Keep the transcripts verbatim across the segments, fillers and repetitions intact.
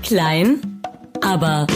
Klein, aber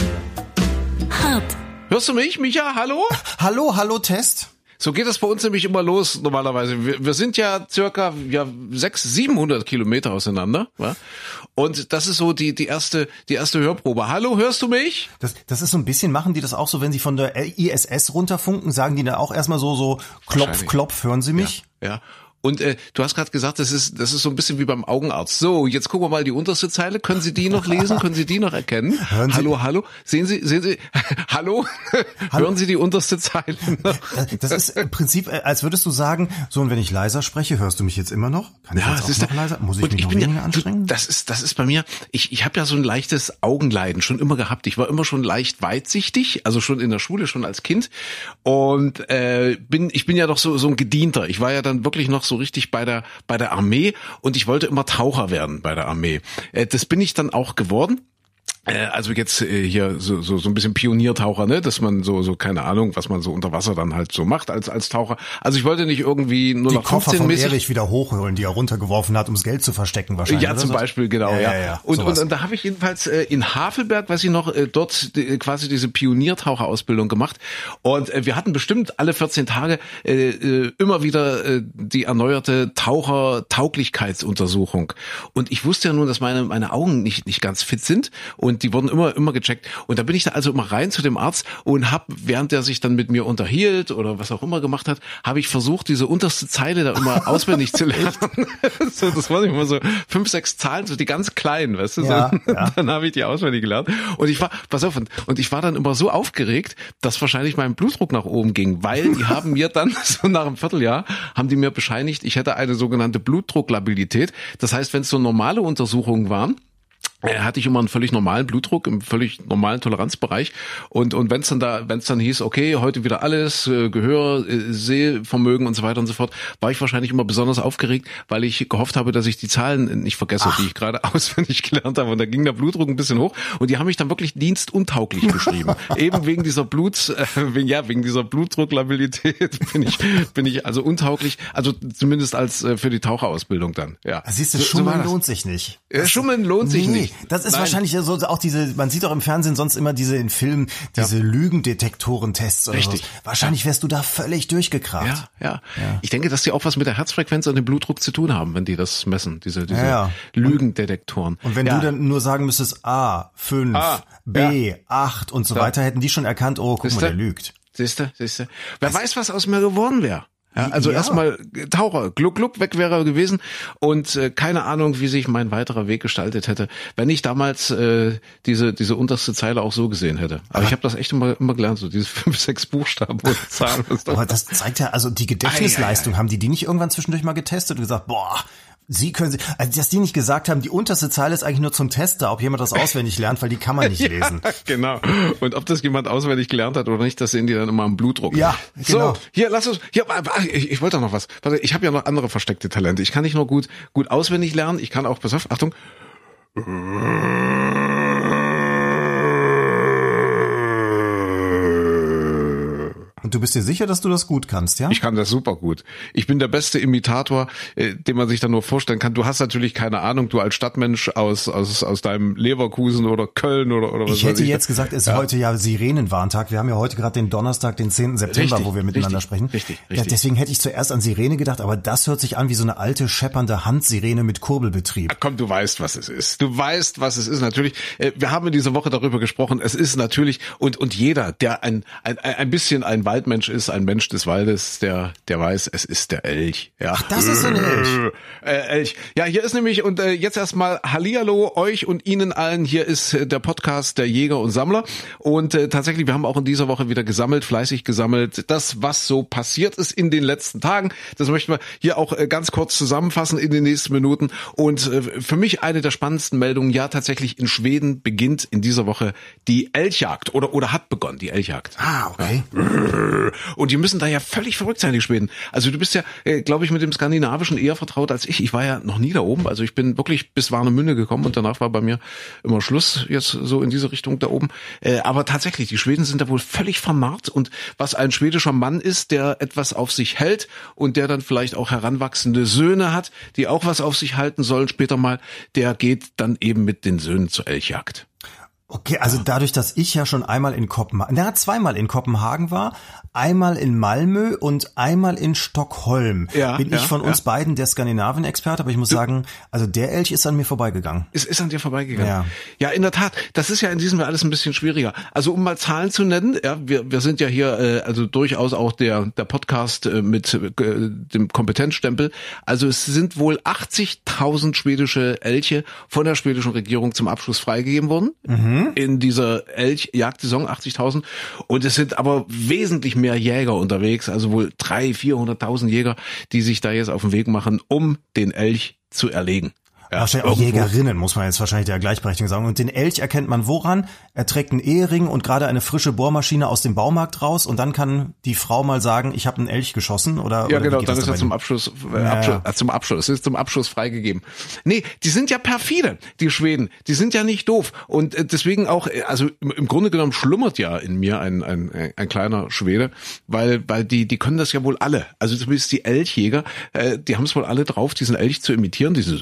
hart. Hörst du mich, Micha? Hallo? Hallo, hallo, Test. So geht es bei uns nämlich immer los normalerweise. Wir, wir sind ja circa ja sechshundert, siebenhundert Kilometer auseinander, ja? Und das ist so die die erste die erste Hörprobe. Hallo, hörst du mich? Das, das ist so ein bisschen, machen die das auch so, wenn sie von der I S S runterfunken, sagen die dann auch erstmal so so Klopf, Klopf, hören Sie mich? Ja. ja. Und äh, du hast gerade gesagt, das ist das ist so ein bisschen wie beim Augenarzt. So, jetzt gucken wir mal die unterste Zeile. Können Sie die noch lesen? Können Sie die noch erkennen? Hören Sie? Hallo, hallo. Sehen Sie, sehen Sie? Hallo? Hallo? Hören Sie die unterste Zeile noch? Das ist im Prinzip, als würdest du sagen, so, und wenn ich leiser spreche, hörst du mich jetzt immer noch? Kann ich Ja, jetzt auch ist noch der, leiser? Muss ich mich ich noch bin weniger ja, anstrengen? Du, das ist das ist bei mir. Ich ich habe ja so ein leichtes Augenleiden schon immer gehabt. Ich war immer schon leicht weitsichtig, also schon in der Schule, schon als Kind. Und äh, bin ich bin ja doch so so ein Gedienter. Ich war ja dann wirklich noch so richtig bei der bei der Armee und ich wollte immer Taucher werden bei der Armee. Das bin ich dann auch geworden. Also jetzt hier so so so ein bisschen Pioniertaucher, ne, dass man so so keine Ahnung, was man so unter Wasser dann halt so macht als als Taucher. Also ich wollte nicht irgendwie nur noch Koffer von mäßig Erich wieder hochholen, die er runtergeworfen hat, um das Geld zu verstecken wahrscheinlich. Ja, oder zum so? Beispiel, genau, ja. ja. ja, ja und, und und da habe ich jedenfalls äh, in Havelberg, weiß ich noch, äh, dort äh, quasi diese Pioniertaucherausbildung gemacht. Und äh, wir hatten bestimmt alle vierzehn Tage äh, äh, immer wieder äh, die erneuerte Taucher-Tauglichkeitsuntersuchung. Und ich wusste ja nun, dass meine meine Augen nicht nicht ganz fit sind und die wurden immer immer gecheckt. Und da bin ich da also immer rein zu dem Arzt und habe, während der sich dann mit mir unterhielt oder was auch immer gemacht hat, habe ich versucht, diese unterste Zeile da immer auswendig zu lernen. So, das waren immer so fünf, sechs Zahlen, so die ganz kleinen, weißt du? Ja, so. ja. Dann habe ich die auswendig gelernt. Und ich war, pass auf, und, und ich war dann immer so aufgeregt, dass wahrscheinlich mein Blutdruck nach oben ging, weil die haben mir dann, so nach einem Vierteljahr, haben die mir bescheinigt, ich hätte eine sogenannte Blutdrucklabilität. Das heißt, wenn es so normale Untersuchungen waren, hatte ich immer einen völlig normalen Blutdruck im völlig normalen Toleranzbereich und und wenn es dann da wenn es dann hieß, okay, heute wieder alles, äh, Gehör, äh, Sehvermögen und so weiter und so fort, war ich wahrscheinlich immer besonders aufgeregt, weil ich gehofft habe, dass ich die Zahlen nicht vergesse, Ach. die ich gerade auswendig gelernt habe, und da ging der Blutdruck ein bisschen hoch und die haben mich dann wirklich dienstuntauglich geschrieben. Eben wegen dieser Blut äh, wegen ja, wegen dieser Blutdrucklabilität bin ich bin ich also untauglich, also zumindest als äh, für die Taucherausbildung dann. Ja. Siehst du, so, Schummeln so lohnt sich nicht. Äh, Schummeln lohnt sich nee. nicht. Das ist Nein. wahrscheinlich so auch diese, man sieht auch im Fernsehen sonst immer diese in Filmen, diese ja. Lügendetektorentests oder Richtig. so. Wahrscheinlich wärst du da völlig durchgekracht. Ja, ja, ja. Ich denke, dass die auch was mit der Herzfrequenz und dem Blutdruck zu tun haben, wenn die das messen, diese, diese ja, ja. Lügendetektoren. Und wenn ja. du dann nur sagen müsstest A, fünf, A, B, ja. acht und so ja. weiter, hätten die schon erkannt, oh, guck Siehste? mal, der lügt. Siehste, siehste. Wer weiß, was aus mir geworden wäre. Ja, also ja. erstmal Taucher, gluck, gluck, weg wäre er gewesen und äh, keine Ahnung, wie sich mein weiterer Weg gestaltet hätte, wenn ich damals äh, diese diese unterste Zeile auch so gesehen hätte. Aber, Aber ich habe das echt immer immer gelernt, so diese fünf, sechs Buchstaben und Zahlen. Aber das zeigt ja, also die Gedächtnisleistung, ei, ei, ei. haben die die nicht irgendwann zwischendurch mal getestet und gesagt, boah, Sie können sie, also dass die nicht gesagt haben, die unterste Zeile ist eigentlich nur zum Test da, ob jemand das auswendig lernt, weil die kann man nicht ja, lesen. Genau. Und ob das jemand auswendig gelernt hat oder nicht, das sehen die dann immer am Blutdruck. Ja, genau. So, hier, lass uns, hier, ich, ich wollte doch noch was. Warte, ich habe ja noch andere versteckte Talente. Ich kann nicht nur gut, gut auswendig lernen, ich kann auch, pass auf, Achtung. Und du bist dir sicher, dass du das gut kannst, ja? Ich kann das super gut. Ich bin der beste Imitator, äh, den man sich dann nur vorstellen kann. Du hast natürlich keine Ahnung, du als Stadtmensch aus aus aus deinem Leverkusen oder Köln oder oder was Ich hätte weiß ich. jetzt gesagt, es ist ja. heute ja Sirenenwarntag. Wir haben ja heute gerade den Donnerstag, den zehnten September, richtig, wo wir miteinander richtig, sprechen. Richtig, richtig. Ja, deswegen hätte ich zuerst an Sirene gedacht, aber das hört sich an wie so eine alte, scheppernde Handsirene mit Kurbelbetrieb. Ach komm, du weißt, was es ist. Du weißt, was es ist. Natürlich, äh, wir haben in dieser Woche darüber gesprochen. Es ist natürlich, und und jeder, der ein ein ein bisschen ein Waldmensch ist, ein Mensch des Waldes, der der weiß, es ist der Elch. Ja. Ach, das ist ein Elch. Äh, Elch. Ja, hier ist nämlich, und äh, jetzt erstmal Hallihallo euch und Ihnen allen. Hier ist äh, der Podcast der Jäger und Sammler. Und äh, tatsächlich, wir haben auch in dieser Woche wieder gesammelt, fleißig gesammelt, das, was so passiert ist in den letzten Tagen. Das möchten wir hier auch äh, ganz kurz zusammenfassen in den nächsten Minuten. Und äh, für mich eine der spannendsten Meldungen, ja, tatsächlich in Schweden beginnt in dieser Woche die Elchjagd oder oder hat begonnen, die Elchjagd. Ah, okay. Ja. Und die müssen da ja völlig verrückt sein, die Schweden. Also du bist ja, äh, glaube ich, mit dem Skandinavischen eher vertraut als ich. Ich war ja noch nie da oben. Also ich bin wirklich bis Warnemünde gekommen und danach war bei mir immer Schluss jetzt so in diese Richtung da oben. Äh, aber tatsächlich, die Schweden sind da wohl völlig vernarrt. Und was ein schwedischer Mann ist, der etwas auf sich hält und der dann vielleicht auch heranwachsende Söhne hat, die auch was auf sich halten sollen später mal, der geht dann eben mit den Söhnen zur Elchjagd. Okay, also dadurch, dass ich ja schon einmal in Kopenhagen, na, zweimal in Kopenhagen war, einmal in Malmö und einmal in Stockholm, ja, bin ja, ich von ja. uns beiden der Skandinavien-Experte, aber ich muss du, sagen, also der Elch ist an mir vorbeigegangen. Es ist an dir vorbeigegangen. Ja. Ja, in der Tat. Das ist ja in diesem Jahr alles ein bisschen schwieriger. Also um mal Zahlen zu nennen, ja, wir wir sind ja hier äh, also durchaus auch der der Podcast äh, mit äh, dem Kompetenzstempel. Also es sind wohl achtzigtausend schwedische Elche von der schwedischen Regierung zum Abschluss freigegeben worden. Mhm. In dieser Elchjagdsaison achtzigtausend. Und es sind aber wesentlich mehr Jäger unterwegs, also wohl dreihunderttausend, vierhunderttausend Jäger, die sich da jetzt auf den Weg machen, um den Elch zu erlegen. Ja, wahrscheinlich auch Jägerinnen, muss man jetzt wahrscheinlich der Gleichberechtigung sagen. Und den Elch erkennt man woran? Er trägt einen Ehering und gerade eine frische Bohrmaschine aus dem Baumarkt raus und dann kann die Frau mal sagen, ich habe einen Elch geschossen oder ja oder genau, dann ist er zum Abschluss, äh, ja, Abschluss ja. äh, zum Abschluss, es ist zum Abschluss freigegeben. Nee, die sind ja perfide, die Schweden, die sind ja nicht doof und äh, deswegen auch, äh, also im, im Grunde genommen schlummert ja in mir ein ein ein kleiner Schwede, weil weil die die können das ja wohl alle, also zumindest die Elchjäger, äh, die haben es wohl alle drauf, diesen Elch zu imitieren, dieses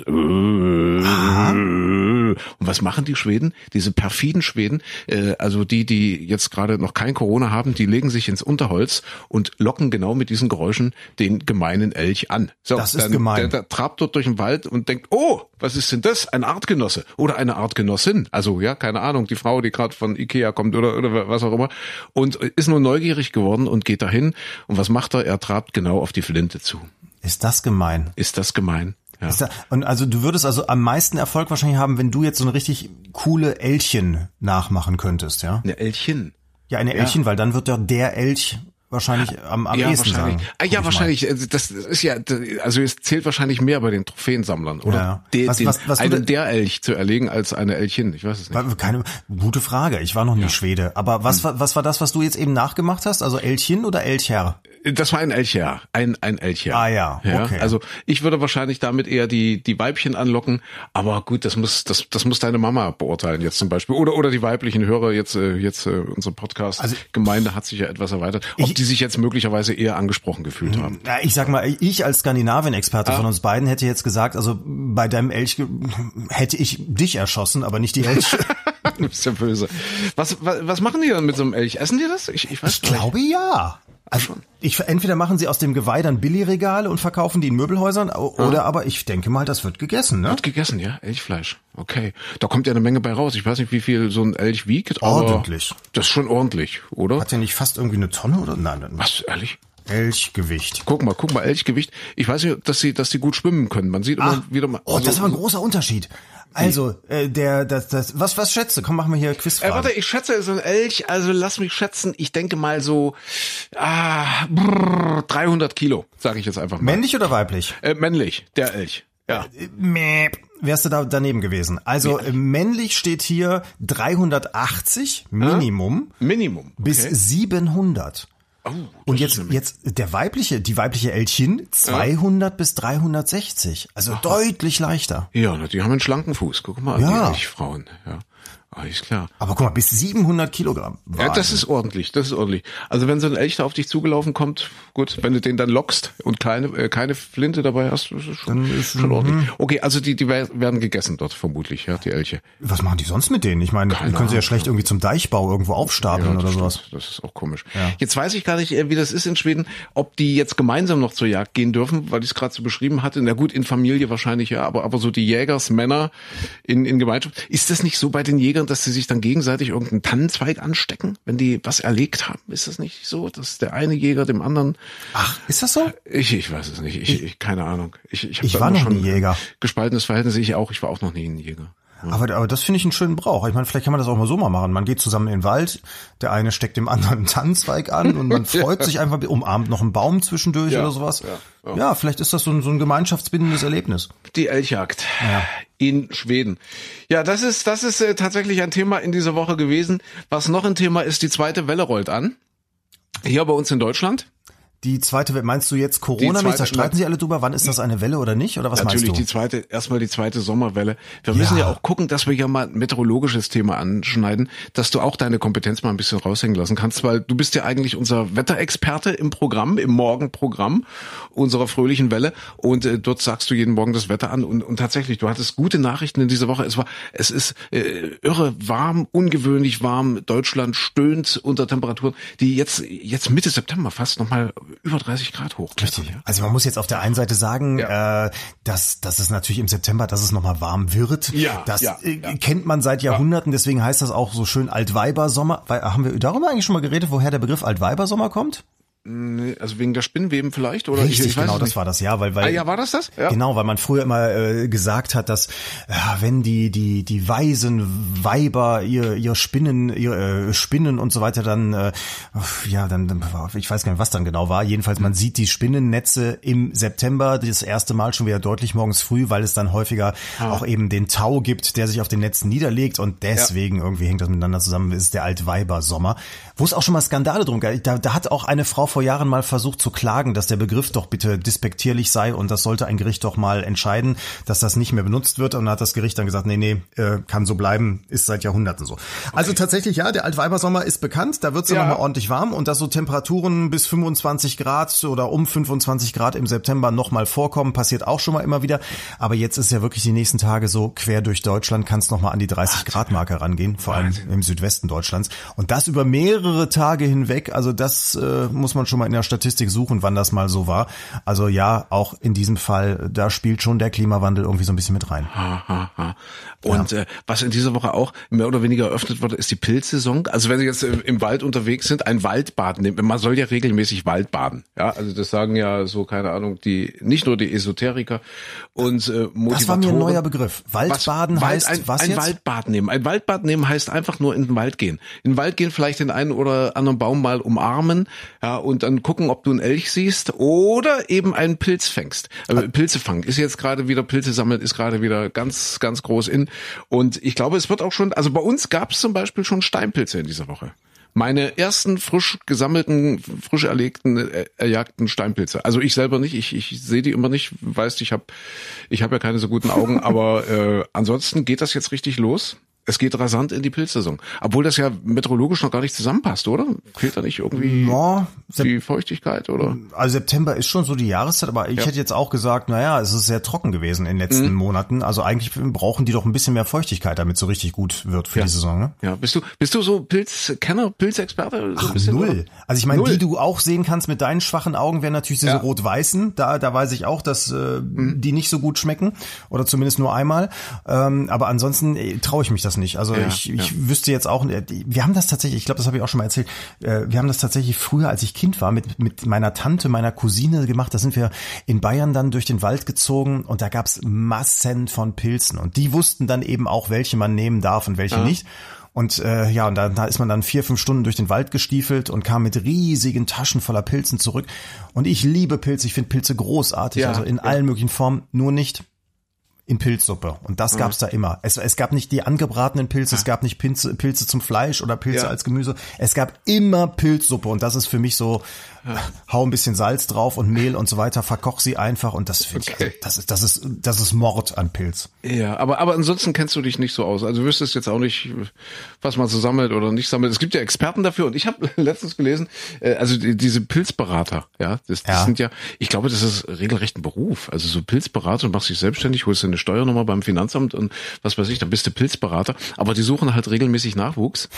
äh, und was machen die Schweden? Diese perfiden Schweden, äh, also die, die jetzt gerade noch kein Corona haben, die legen sich ins Unterholz und locken genau mit diesen Geräuschen den gemeinen Elch an. So, das ist dann, gemein. Der, der trabt dort durch den Wald und denkt, oh, was ist denn das? Ein Artgenosse oder eine Artgenossin. Also ja, keine Ahnung, die Frau, die gerade von Ikea kommt oder oder was auch immer und ist nur neugierig geworden und geht dahin. Und was macht er? Er trabt genau auf die Flinte zu. Ist das gemein? Ist das gemein? Ja. Ist da, und also du würdest also am meisten Erfolg wahrscheinlich haben, wenn du jetzt so eine richtig coole Elchen nachmachen könntest, ja? Eine Elchin. Ja, eine Elchin, ja. Weil dann wird ja der Elch wahrscheinlich am, am ja, ehesten wahrscheinlich. sagen. Ah, ja, wahrscheinlich. Mal. Das ist ja, also es zählt wahrscheinlich mehr bei den Trophäensammlern, oder? Ja. Den, was, was, was einen der Elch zu erlegen als eine Elchin. Ich weiß es nicht. Keine gute Frage. Ich war noch nie ja. Schwede. Aber was, hm. was war das, was du jetzt eben nachgemacht hast? Also Elchin oder Elchherr? Das war ein Elchherr. Ein, ein Elchherr. Ah ja, okay. Ja, also ich würde wahrscheinlich damit eher die, die Weibchen anlocken. Aber gut, das muss, das, das muss deine Mama beurteilen jetzt zum Beispiel. Oder, oder die weiblichen Hörer jetzt, jetzt, unsere Podcast. Also, Gemeinde hat sich ja etwas erweitert. Ob ich, die sich jetzt möglicherweise eher angesprochen gefühlt haben. Ja, ich sag mal, ich als Skandinavien-Experte ah. von uns beiden hätte jetzt gesagt, also bei deinem Elch hätte ich dich erschossen, aber nicht die Elch. Du bist ja böse. Was, was, was machen die dann mit so einem Elch? Essen die das? Ich, ich weiß Ich glaube ja. Also ich, entweder machen sie aus dem Geweih dann Billigregale und verkaufen die in Möbelhäusern, oder ah. aber ich denke mal, das wird gegessen, ne? Wird gegessen, ja, Elchfleisch. Okay, da kommt ja eine Menge bei raus. Ich weiß nicht, wie viel so ein Elch wiegt, aber ordentlich. Das ist schon ordentlich, oder? Hat der nicht fast irgendwie eine Tonne oder nein? nein. Was, ehrlich? Elchgewicht. Guck mal, guck mal, Elchgewicht. Ich weiß nicht, dass sie, dass sie gut schwimmen können. Man sieht immer Ach, wieder mal. Oh, also, das ist aber ein großer Unterschied. Also, äh, der, das, das, was, was schätzt du? Komm, machen wir hier Quizfragen. Äh, warte, ich schätze so ein Elch, also lass mich schätzen, ich denke mal so, ah, brrr, dreihundert Kilo, sage ich jetzt einfach mal. Männlich oder weiblich? Äh, männlich, der Elch, ja. Äh, mäh. Wärst du da daneben gewesen? Also ja. männlich steht hier dreihundertachtzig Minimum. Ah? Minimum. Okay. Bis siebenhundert. Oh, und jetzt, jetzt der weibliche, die weibliche Elchin zweihundert ja. bis dreihundertsechzig. Also Aha. deutlich leichter. Ja, die haben einen schlanken Fuß. Guck mal, ja. die Elchfrauen. Ja. Alles klar. Aber guck mal, bis siebenhundert Kilogramm. Wahnsinn. Ja, das ist ordentlich, das ist ordentlich. Also wenn so ein Elch da auf dich zugelaufen kommt, gut, wenn du den dann lockst und keine äh, keine Flinte dabei hast, das ist schon, ist, schon ordentlich. Okay, also die die werden gegessen dort vermutlich, ja, die Elche. Was machen die sonst mit denen? Ich meine, die können sie ja schlecht irgendwie zum Deichbau irgendwo aufstapeln ja, oder stimmt. sowas. Das ist auch komisch. Ja. Jetzt weiß ich gar nicht, wie das ist in Schweden, ob die jetzt gemeinsam noch zur Jagd gehen dürfen, weil ich es gerade so beschrieben hatte. Na gut, in Familie wahrscheinlich ja, aber aber so die Jägersmänner in in Gemeinschaft. Ist das nicht so bei den Jägern, dass sie sich dann gegenseitig irgendeinen Tannenzweig anstecken, wenn die was erlegt haben? Ist das nicht so, dass der eine Jäger dem anderen... Ach, ist das so? Ich, ich weiß es nicht. Ich, ich keine Ahnung. Ich, ich, hab ich war noch nie Jäger. Gespaltenes Verhältnis. Ich auch. Ich war auch noch nie ein Jäger. Ja. Aber, aber das finde ich einen schönen Brauch. Ich meine, vielleicht kann man das auch mal so mal machen. Man geht zusammen in den Wald, der eine steckt dem anderen einen Tannenzweig an und man freut ja. sich einfach, umarmt noch einen Baum zwischendurch ja. oder sowas. Ja. Ja. ja, vielleicht ist das so ein, so ein gemeinschaftsbindendes Erlebnis. Die Elchjagd ja. in Schweden. Ja, das ist das ist äh, tatsächlich ein Thema in dieser Woche gewesen. Was noch ein Thema ist, die zweite Welle rollt an. Hier bei uns in Deutschland. Die zweite Welle, meinst du jetzt Corona-mäßig? Da streiten Sie alle drüber, wann ist das eine Welle oder nicht? Oder was Natürlich meinst du? die zweite, erstmal die zweite Sommerwelle. Wir ja. müssen ja auch gucken, dass wir ja mal ein meteorologisches Thema anschneiden, dass du auch deine Kompetenz mal ein bisschen raushängen lassen kannst, weil du bist ja eigentlich unser Wetterexperte im Programm, im Morgenprogramm unserer fröhlichen Welle und äh, dort sagst du jeden Morgen das Wetter an und, und tatsächlich, du hattest gute Nachrichten in dieser Woche. Es war, es ist äh, irre warm, ungewöhnlich warm. Deutschland stöhnt unter Temperaturen, die jetzt, jetzt Mitte September fast nochmal über dreißig Grad hoch. Richtig. Also man muss jetzt auf der einen Seite sagen, ja. äh, dass, dass es natürlich im September, dass es nochmal warm wird. Ja, das ja, äh, ja. kennt man seit Jahrhunderten, deswegen heißt das auch so schön Altweibersommer. Weil, haben wir darüber eigentlich schon mal geredet, woher der Begriff Altweibersommer kommt? Also wegen der Spinnweben vielleicht? Oder Richtig, ich, ich weiß genau, das nicht. war das, ja. Weil, weil, ah ja, war das das? Ja. Genau, weil man früher immer äh, gesagt hat, dass ja, wenn die die die weisen Weiber ihr ihr Spinnen, ihr äh, Spinnen und so weiter, dann äh, ja, dann, dann ich weiß gar nicht, was dann genau war. Jedenfalls, man sieht die Spinnennetze im September das erste Mal schon wieder deutlich morgens früh, weil es dann häufiger ah. auch eben den Tau gibt, der sich auf den Netzen niederlegt und deswegen ja. irgendwie hängt das miteinander zusammen, ist der Altweibersommer. Wo es auch schon mal Skandale drum gab. Da, da hat auch eine Frau vor Jahren mal versucht zu klagen, dass der Begriff doch bitte despektierlich sei und das sollte ein Gericht doch mal entscheiden, dass das nicht mehr benutzt wird. Und dann hat das Gericht dann gesagt, nee, nee, äh, kann so bleiben, ist seit Jahrhunderten so. Okay. Also tatsächlich, ja, der Altweibersommer ist bekannt, da wird es ja nochmal ordentlich warm und dass so Temperaturen bis fünfundzwanzig Grad oder um fünfundzwanzig Grad im September nochmal vorkommen, passiert auch schon mal immer wieder. Aber jetzt ist ja wirklich die nächsten Tage so, quer durch Deutschland kann es nochmal an die dreißig Grad Marke rangehen, vor allem im Südwesten Deutschlands. Und das über mehrere Tage hinweg, also das äh, muss man schon mal in der Statistik suchen, wann das mal so war. Also ja, auch in diesem Fall, da spielt schon der Klimawandel irgendwie so ein bisschen mit rein. Ha, ha, ha. Und ja. äh, was in dieser Woche auch mehr oder weniger eröffnet wurde, ist die Pilzsaison. Also wenn Sie jetzt im, im Wald unterwegs sind, ein Waldbad nehmen. Man soll ja regelmäßig Waldbaden. Ja, also das sagen ja so, keine Ahnung, die nicht nur die Esoteriker und äh, Motivatoren. Das war mir ein neuer Begriff. Waldbaden was, heißt ein, was ein jetzt? Ein Waldbad nehmen. Ein Waldbad nehmen heißt einfach nur in den Wald gehen. In den Wald gehen, vielleicht den einen oder anderen Baum mal umarmen, ja, und dann gucken, ob du einen Elch siehst oder eben einen Pilz fängst. Also Pilze fangen ist jetzt gerade wieder, Pilze sammeln ist gerade wieder ganz, ganz groß in. Und ich glaube, es wird auch schon, also bei uns gab es zum Beispiel schon Steinpilze in dieser Woche. Meine ersten frisch gesammelten, frisch erlegten, äh, erjagten Steinpilze. Also ich selber nicht, ich, ich sehe die immer nicht, weißt, ich habe ich hab ja keine so guten Augen, aber äh, ansonsten geht das jetzt richtig los. Es geht rasant in die Pilzsaison. Obwohl das ja meteorologisch noch gar nicht zusammenpasst, oder? Fehlt da nicht irgendwie ja, die Feuchtigkeit, oder? Also September ist schon so die Jahreszeit, aber ich ja. hätte jetzt auch gesagt, naja, es ist sehr trocken gewesen in den letzten mhm. Monaten. Also eigentlich brauchen die doch ein bisschen mehr Feuchtigkeit, damit so richtig gut wird für ja. die Saison, ne? Ja, bist du bist du so Pilzkenner, Pilzexperte? So Ach, ein bisschen, null. Oder? Also ich meine, null. die du auch sehen kannst mit deinen schwachen Augen, wären natürlich diese ja. rot-weißen. Da, da weiß ich auch, dass äh, mhm. die nicht so gut schmecken oder zumindest nur einmal. Ähm, aber ansonsten äh, traue ich mich das nicht. Also ja. ich Ich ja. wüsste jetzt auch, wir haben das tatsächlich, ich glaube, das habe ich auch schon mal erzählt, wir haben das tatsächlich früher, als ich Kind war, mit mit meiner Tante, meiner Cousine gemacht. Da sind wir in Bayern dann durch den Wald gezogen und da gab's Massen von Pilzen und die wussten dann eben auch, welche man nehmen darf und welche ja. nicht. Und äh, ja, und da, da ist man dann vier, fünf Stunden durch den Wald gestiefelt und kam mit riesigen Taschen voller Pilzen zurück. Und ich liebe Pilze, ich finde Pilze großartig, ja, also in ja. allen möglichen Formen, nur nicht in Pilzsuppe. Und das gab's da immer. Es, es gab nicht die angebratenen Pilze, ja. es gab nicht Pilze, Pilze zum Fleisch oder Pilze ja. als Gemüse. Es gab immer Pilzsuppe und das ist für mich so, ja. hau ein bisschen Salz drauf und Mehl und so weiter, verkoch sie einfach und das finde okay. ich, also, das ist, das ist, das ist Mord an Pilz. Ja, aber, aber ansonsten kennst du dich nicht so aus. Also du wüsstest jetzt auch nicht, was man so sammelt oder nicht sammelt. Es gibt ja Experten dafür und ich habe letztens gelesen, äh, also die, diese Pilzberater, ja, das, das ja. sind ja, ich glaube, das ist regelrecht ein Beruf. Also so Pilzberater, du machst dich selbstständig, holst dir eine Steuernummer beim Finanzamt und was weiß ich, dann bist du Pilzberater, aber die suchen halt regelmäßig Nachwuchs.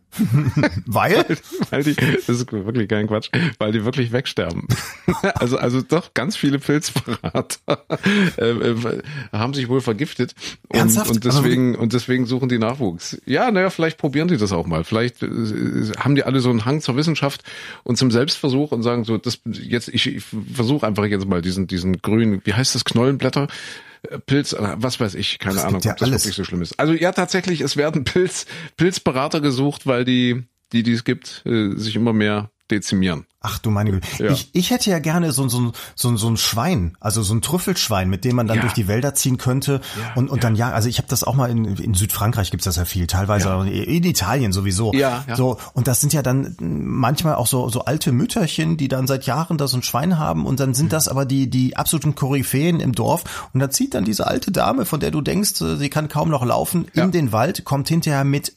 Weil? weil die, das ist wirklich kein Quatsch, weil die wirklich wegsterben. also, also doch ganz viele Pilzberater äh, äh, haben sich wohl vergiftet und, Ernsthaft? und deswegen und deswegen suchen die Nachwuchs. Ja, naja, vielleicht probieren die das auch mal. Vielleicht äh, haben die alle so einen Hang zur Wissenschaft und zum Selbstversuch und sagen so, das jetzt ich, ich versuche einfach jetzt mal diesen diesen grünen, wie heißt das, Knollenblätter? Pilz, was weiß ich, keine das Ahnung, ja ob das alles. wirklich so schlimm ist. Also ja, tatsächlich, es werden Pilz, Pilzberater gesucht, weil die, die, die es gibt, äh, sich immer mehr dezimieren. Ach du meine Güte. Ja. Ich, ich hätte ja gerne so, so, so, so ein Schwein, also so ein Trüffelschwein, mit dem man dann ja. durch die Wälder ziehen könnte ja, und, und ja. dann ja, also ich habe das auch mal in, in Südfrankreich gibt's das ja viel, teilweise ja. auch in Italien sowieso. Ja, ja. So, und das sind ja dann manchmal auch so, so alte Mütterchen, die dann seit Jahren da so ein Schwein haben und dann sind das aber die, die absoluten Koryphäen im Dorf und da zieht dann diese alte Dame, von der du denkst, sie kann kaum noch laufen, ja. in den Wald, kommt hinterher mit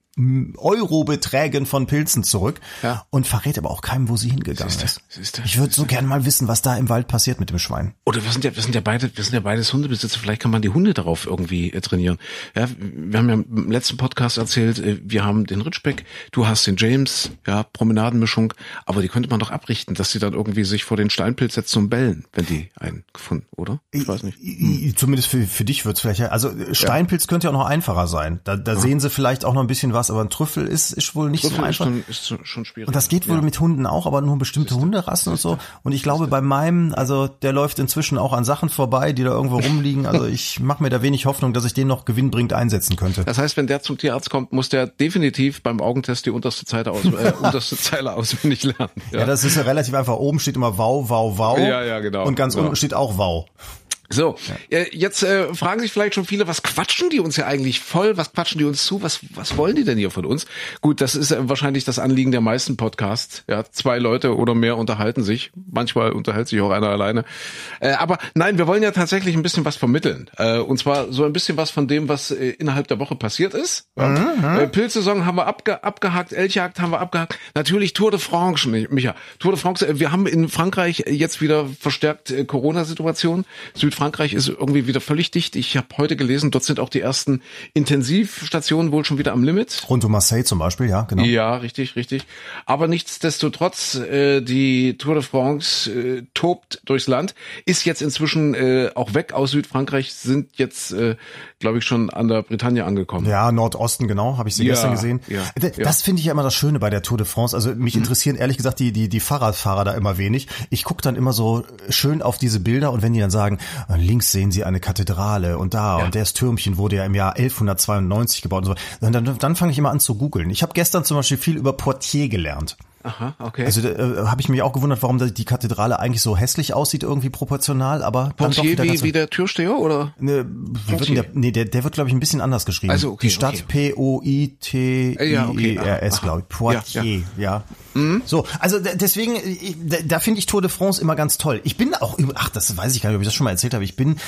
Eurobeträgen von Pilzen zurück ja. und verrät aber auch keinem, wo sie hingegangen Siehste, ist. Siehste, ich würde so gerne mal wissen, was da im Wald passiert mit dem Schwein. Oder wir sind ja, wir sind ja beide, wir sind ja beides Hundebesitzer. Vielleicht kann man die Hunde darauf irgendwie äh, trainieren. Ja, wir haben ja im letzten Podcast erzählt, äh, wir haben den Ritschbeck, du hast den James, ja, Promenadenmischung, aber die könnte man doch abrichten, dass sie dann irgendwie sich vor den Steinpilz setzen und bellen, wenn die einen gefunden, oder? Ich weiß nicht. Hm. Zumindest für, für dich wird's vielleicht, ja. Also Steinpilz ja. könnte ja auch noch einfacher sein. Da, da ja. sehen sie vielleicht auch noch ein bisschen was, aber ein Trüffel ist, ist wohl nicht Trüffel so einfach. Ist schon, ist schon schwierig. Und das geht wohl ja. mit Hunden auch, aber nur bestimmte Siehste. Hunderassen Siehste. und so. Und ich glaube, Siehste. bei meinem, also der läuft inzwischen auch an Sachen vorbei, die da irgendwo rumliegen. Also ich mache mir da wenig Hoffnung, dass ich den noch gewinnbringend einsetzen könnte. Das heißt, wenn der zum Tierarzt kommt, muss der definitiv beim Augentest die unterste Zeile, aus, äh, unterste Zeile auswendig lernen. Ja. ja, das ist ja relativ einfach. Oben steht immer Wow, Wow, Wow. Ja, ja, genau. Und ganz ja. unten steht auch Wow. So, ja. jetzt äh, fragen sich vielleicht schon viele, was quatschen die uns ja eigentlich voll, was quatschen die uns zu, was was wollen die denn hier von uns? Gut, das ist äh, wahrscheinlich das Anliegen der meisten Podcasts, ja, zwei Leute oder mehr unterhalten sich, manchmal unterhält sich auch einer alleine, äh, aber nein, wir wollen ja tatsächlich ein bisschen was vermitteln, äh, und zwar so ein bisschen was von dem, was äh, innerhalb der Woche passiert ist. Ja. Mhm. Äh, Pilzsaison haben wir abge- abgehakt, Elchjagd haben wir abgehakt, natürlich Tour de France, Micha, Tour de France, äh, wir haben in Frankreich jetzt wieder verstärkt äh, Corona-Situation, Süd Frankreich ist irgendwie wieder völlig dicht. Ich habe heute gelesen, dort sind auch die ersten Intensivstationen wohl schon wieder am Limit. Rund um Marseille zum Beispiel, ja, genau. Ja, richtig, richtig. Aber nichtsdestotrotz, äh, die Tour de France äh, tobt durchs Land, ist jetzt inzwischen äh, auch weg aus Südfrankreich, sind jetzt, äh, glaube ich, schon an der Bretagne angekommen. Ja, Nordosten, genau, habe ich sie ja, gestern gesehen. Ja, das ja. finde ich ja immer das Schöne bei der Tour de France. Also mich mhm. interessieren ehrlich gesagt die die die Fahrradfahrer da immer wenig. Ich gucke dann immer so schön auf diese Bilder und wenn die dann sagen, links sehen Sie eine Kathedrale und da ja. und das Türmchen wurde ja im Jahr elfhundertzweiundneunzig gebaut und so. Und dann, dann fange ich immer an zu googeln. Ich habe gestern zum Beispiel viel über Poitiers gelernt. Aha, okay. Also äh, habe ich mich auch gewundert, warum die Kathedrale eigentlich so hässlich aussieht, irgendwie proportional, aber dann Portier doch wieder wie, wie der Türsteher, oder? Ne, wie wird denn der, nee, der, der wird, glaube ich, ein bisschen anders geschrieben. Also, okay, die Stadt okay. P O I T I E R S, glaube ich. Poitiers, ja. ja. ja. Mhm. So, also deswegen, da, da finde ich Tour de France immer ganz toll. Ich bin auch, ach, das weiß ich gar nicht, ob ich das schon mal erzählt habe. Ich bin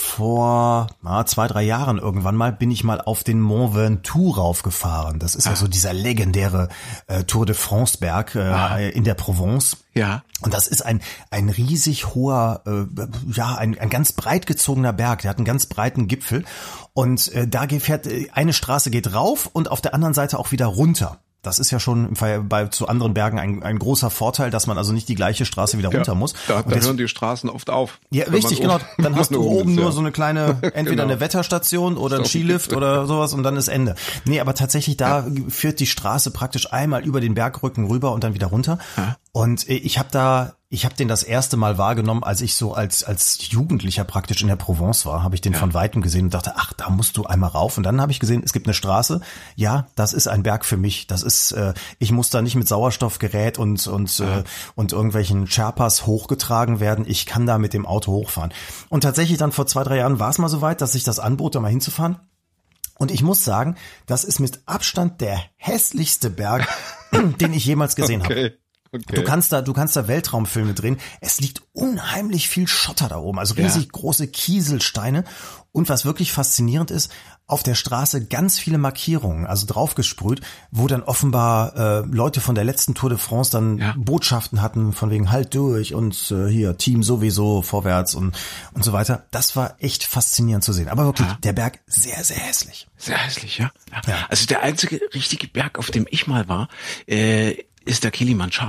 vor ah, zwei, drei Jahren irgendwann mal, bin ich mal auf den Mont Ventoux raufgefahren. Das ist ah. ja so dieser legendäre äh, Tour de France Berg äh, ah. in der Provence. Ja. Und das ist ein ein riesig hoher, äh, ja, ein, ein ganz breit gezogener Berg. Der hat einen ganz breiten Gipfel. Und äh, da fährt eine Straße geht rauf und auf der anderen Seite auch wieder runter. Das ist ja schon im Fall bei zu anderen Bergen ein, ein großer Vorteil, dass man also nicht die gleiche Straße wieder runter ja, muss. Da, da hören die Straßen oft auf. Ja, richtig, genau. Dann hast du oben ist, nur ja. so eine kleine, entweder genau. eine Wetterstation oder ein Skilift oder sowas und dann ist Ende. Nee, aber tatsächlich da ja. führt die Straße praktisch einmal über den Bergrücken rüber und dann wieder runter. Ja. Und ich habe da Ich habe den das erste Mal wahrgenommen, als ich so als als Jugendlicher praktisch in der Provence war, habe ich den ja. von Weitem gesehen und dachte, ach, da musst du einmal rauf. Und dann habe ich gesehen, es gibt eine Straße. Ja, das ist ein Berg für mich. Das ist, äh, ich muss da nicht mit Sauerstoffgerät und und ja. äh, und irgendwelchen Sherpas hochgetragen werden. Ich kann da mit dem Auto hochfahren. Und tatsächlich dann vor zwei, drei Jahren war es mal so weit, dass sich das anbot, da mal hinzufahren. Und ich muss sagen, das ist mit Abstand der hässlichste Berg, den ich jemals gesehen okay. habe. Okay. Du kannst da, du kannst da Weltraumfilme drehen. Es liegt unheimlich viel Schotter da oben, also riesig ja. große Kieselsteine. Und was wirklich faszinierend ist, auf der Straße ganz viele Markierungen, also draufgesprüht, wo dann offenbar äh, Leute von der letzten Tour de France dann ja. Botschaften hatten, von wegen halt durch und äh, hier Team sowieso vorwärts und und so weiter. Das war echt faszinierend zu sehen. Aber wirklich, ja. der Berg sehr, sehr hässlich. Sehr hässlich, ja. ja. ja. Also der einzige richtige Berg, auf dem ich mal war, äh, ist der Kilimanjaro.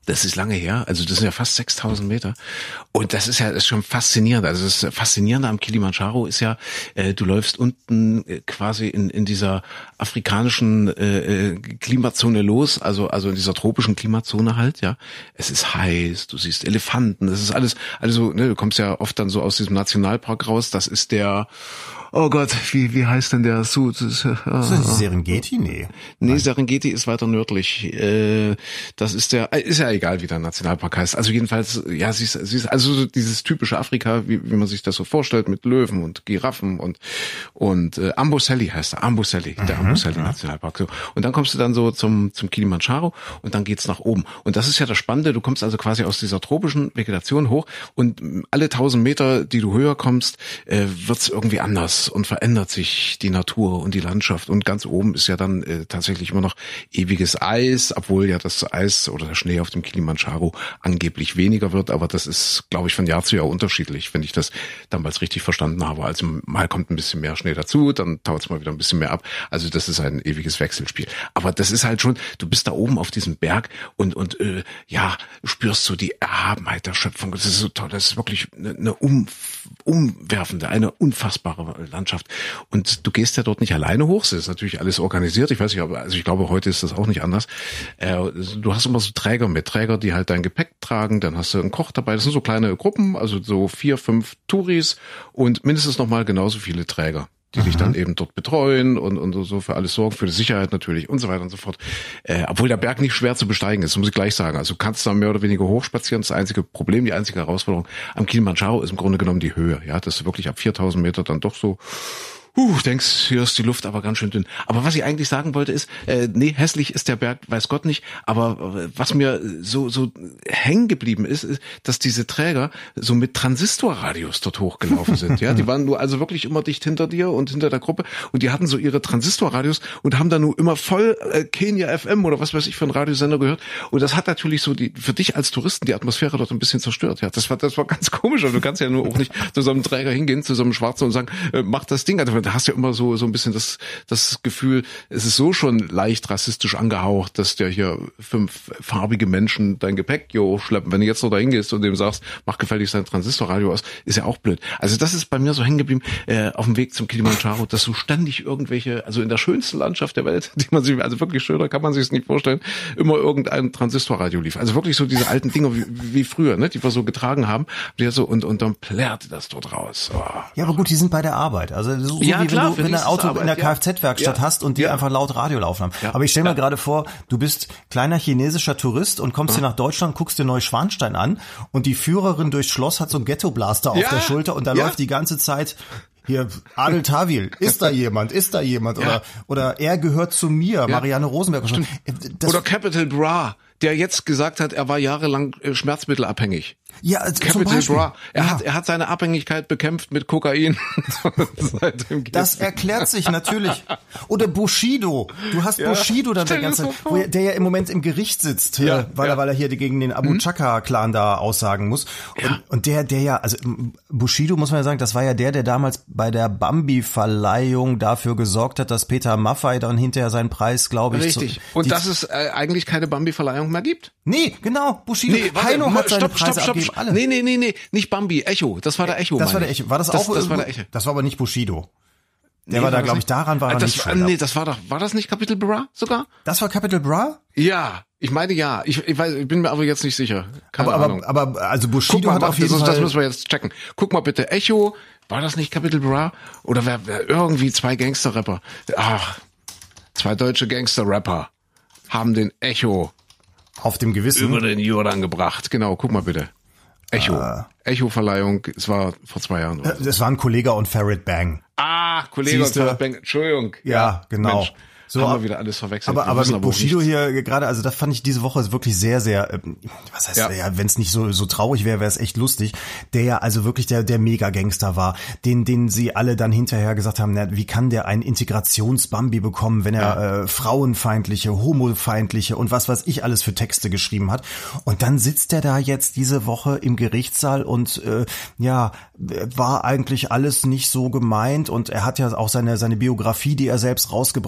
Das ist lange her, also das sind ja fast sechstausend Meter und das ist ja das ist schon faszinierend. Also das Faszinierende am Kilimanjaro ist ja, äh, du läufst unten äh, quasi in in dieser afrikanischen äh, Klimazone los, also also in dieser tropischen Klimazone halt, ja. Es ist heiß, du siehst Elefanten, das ist alles, also ne, du kommst ja oft dann so aus diesem Nationalpark raus, das ist der Oh Gott, wie wie heißt denn der Su? Das ist, äh, ist das die Serengeti? Nee. Nee, Nein. Serengeti ist weiter nördlich. Äh, das ist der, ist ja egal, wie der Nationalpark heißt. Also jedenfalls, ja, sie ist, sie ist also so dieses typische Afrika, wie, wie man sich das so vorstellt, mit Löwen und Giraffen und und äh, Amboseli heißt er, Amboseli, mhm, der Amboseli Nationalpark. So. Und dann kommst du dann so zum zum Kilimanjaro und dann geht's nach oben. Und das ist ja das Spannende. Du kommst also quasi aus dieser tropischen Vegetation hoch und alle tausend Meter, die du höher kommst, äh, wird's irgendwie anders. Und verändert sich die Natur und die Landschaft. Und ganz oben ist ja dann äh, tatsächlich immer noch ewiges Eis, obwohl ja das Eis oder der Schnee auf dem Kilimanjaro angeblich weniger wird. Aber das ist, glaube ich, von Jahr zu Jahr unterschiedlich, wenn ich das damals richtig verstanden habe. Also mal kommt ein bisschen mehr Schnee dazu, dann taut es mal wieder ein bisschen mehr ab. Also das ist ein ewiges Wechselspiel. Aber das ist halt schon, du bist da oben auf diesem Berg und und äh, ja, spürst so die Erhabenheit der Schöpfung. Das ist so toll, das ist wirklich eine, eine um, umwerfende, eine unfassbare Landschaft. Und du gehst ja dort nicht alleine hoch, es ist natürlich alles organisiert, ich weiß nicht, aber also ich glaube, heute ist das auch nicht anders. Äh, du hast immer so Träger mit, Träger, die halt dein Gepäck tragen, dann hast du einen Koch dabei, das sind so kleine Gruppen, also so vier, fünf Touris und mindestens nochmal genauso viele Träger, die dich dann eben dort betreuen und, und so für alles sorgen, für die Sicherheit natürlich und so weiter und so fort. Äh, obwohl der Berg nicht schwer zu besteigen ist, muss ich gleich sagen. Also du kannst da mehr oder weniger hochspazieren. Das einzige Problem, die einzige Herausforderung am Kilimanjaro ist im Grunde genommen die Höhe. Ja, das ist wirklich ab viertausend Meter dann doch so, Uh, denkst, hier ist die Luft aber ganz schön dünn. Aber was ich eigentlich sagen wollte ist, äh, nee, hässlich ist der Berg, weiß Gott nicht, aber äh, was mir so so hängen geblieben ist, ist, dass diese Träger so mit Transistorradios dort hochgelaufen sind. Ja, die waren nur also wirklich immer dicht hinter dir und hinter der Gruppe und die hatten so ihre Transistorradios und haben dann nur immer voll äh, Kenia F M oder was weiß ich für einen Radiosender gehört. Und das hat natürlich so die für dich als Touristen die Atmosphäre dort ein bisschen zerstört. Ja, das war das war ganz komisch. Und du kannst ja nur auch nicht zu so einem Träger hingehen, zu so einem Schwarzen und sagen, äh, mach das Ding. Also, da hast du ja immer so so ein bisschen das das Gefühl, es ist so schon leicht rassistisch angehaucht, dass der hier fünf farbige Menschen dein Gepäck hier hochschleppen. Wenn du jetzt noch da hingehst und dem sagst, mach gefälligst dein Transistorradio aus, ist ja auch blöd. Also das ist bei mir so hängen geblieben äh, auf dem Weg zum Kilimanjaro, dass so ständig irgendwelche, also in der schönsten Landschaft der Welt, die man sich, also wirklich schöner kann man sich es nicht vorstellen, immer irgendein Transistorradio lief. Also wirklich so diese alten Dinger wie, wie früher, ne, die wir so getragen haben, die so und und dann plärrte das dort raus. Oh. Ja, aber gut, die sind bei der Arbeit. Also so ja, wie klar, wenn du wenn ein Auto Arbeit, in der ja. Kfz-Werkstatt ja. hast und die ja. einfach laut Radio laufen haben. Ja. Aber ich stelle mir ja. gerade vor, du bist kleiner chinesischer Tourist und kommst ja. hier nach Deutschland, guckst dir Neuschwanstein an und die Führerin durchs Schloss hat so einen Ghetto-Blaster auf ja. der Schulter und da ja. läuft die ganze Zeit hier, Adel Tawil, ist da jemand, ist da jemand? Oder, ja. oder er gehört zu mir, ja. Marianne Rosenberg. Das oder Capital Bra, der jetzt gesagt hat, er war jahrelang schmerzmittelabhängig. Ja, also Capital Bra. Er ja. hat, er hat seine Abhängigkeit bekämpft mit Kokain. Das erklärt sich natürlich. Oder Bushido. Du hast ja. Bushido dann der ganze, wo er, der ja im Moment im Gericht sitzt, ja. weil, ja. er, weil er hier gegen den Abu Chaka-Clan da aussagen muss. Und, ja. und der, der ja, also Bushido muss man ja sagen, das war ja der, der damals bei der Bambi-Verleihung dafür gesorgt hat, dass Peter Maffay dann hinterher seinen Preis, glaube ich, richtig. So, und dass es äh, eigentlich keine Bambi-Verleihung mehr gibt. Nee, genau. Bushido. Nee, warte, Heino hat seine stopp, Preise stopp, stopp, abgegeben. Alle. Nee, nee, nee, nee, nicht Bambi, Echo. Das war der Echo. Das war der Echo. War das, das auch? Das war der Echo. Das war aber nicht Bushido. Der nee, war da, glaube ich, daran war er das, nicht schuld. Nee, das war doch, war das nicht Capital Bra sogar? Das war Capital Bra? Ja, ich meine ja. Ich, ich weiß, ich bin mir aber jetzt nicht sicher. Keine aber, Ahnung. aber, aber, also Bushido mal, hat auf jeden das, Fall. Das müssen wir jetzt checken. Guck mal bitte, Echo, war das nicht Capital Bra? Oder wer, wer irgendwie zwei Gangster-Rapper? Ach, zwei deutsche Gangster-Rapper haben den Echo auf dem Gewissen über den Jordan gebracht. Genau, guck mal bitte. Echo. Ah. Echo-Verleihung, es war vor zwei Jahren. Oder? Das waren Kollega und Farid Bang. Ah, Kollege und Farid Bang, Entschuldigung. Ja, ja genau. Mensch. So, haben wir wieder alles verwechselt. Aber, aber mit Bushido hier gerade, also das fand ich diese Woche wirklich sehr, sehr, äh, was heißt, ja, ja wenn es nicht so so traurig wäre, wäre es echt lustig. Der ja also wirklich der der Mega-Gangster war, den den sie alle dann hinterher gesagt haben, na, wie kann der einen Integrations-Bambi bekommen, wenn er ja. äh, frauenfeindliche, homofeindliche und was weiß ich alles für Texte geschrieben hat. Und dann sitzt er da jetzt diese Woche im Gerichtssaal und äh, ja, war eigentlich alles nicht so gemeint und er hat ja auch seine seine Biografie, die er selbst rausgebracht hat, wo er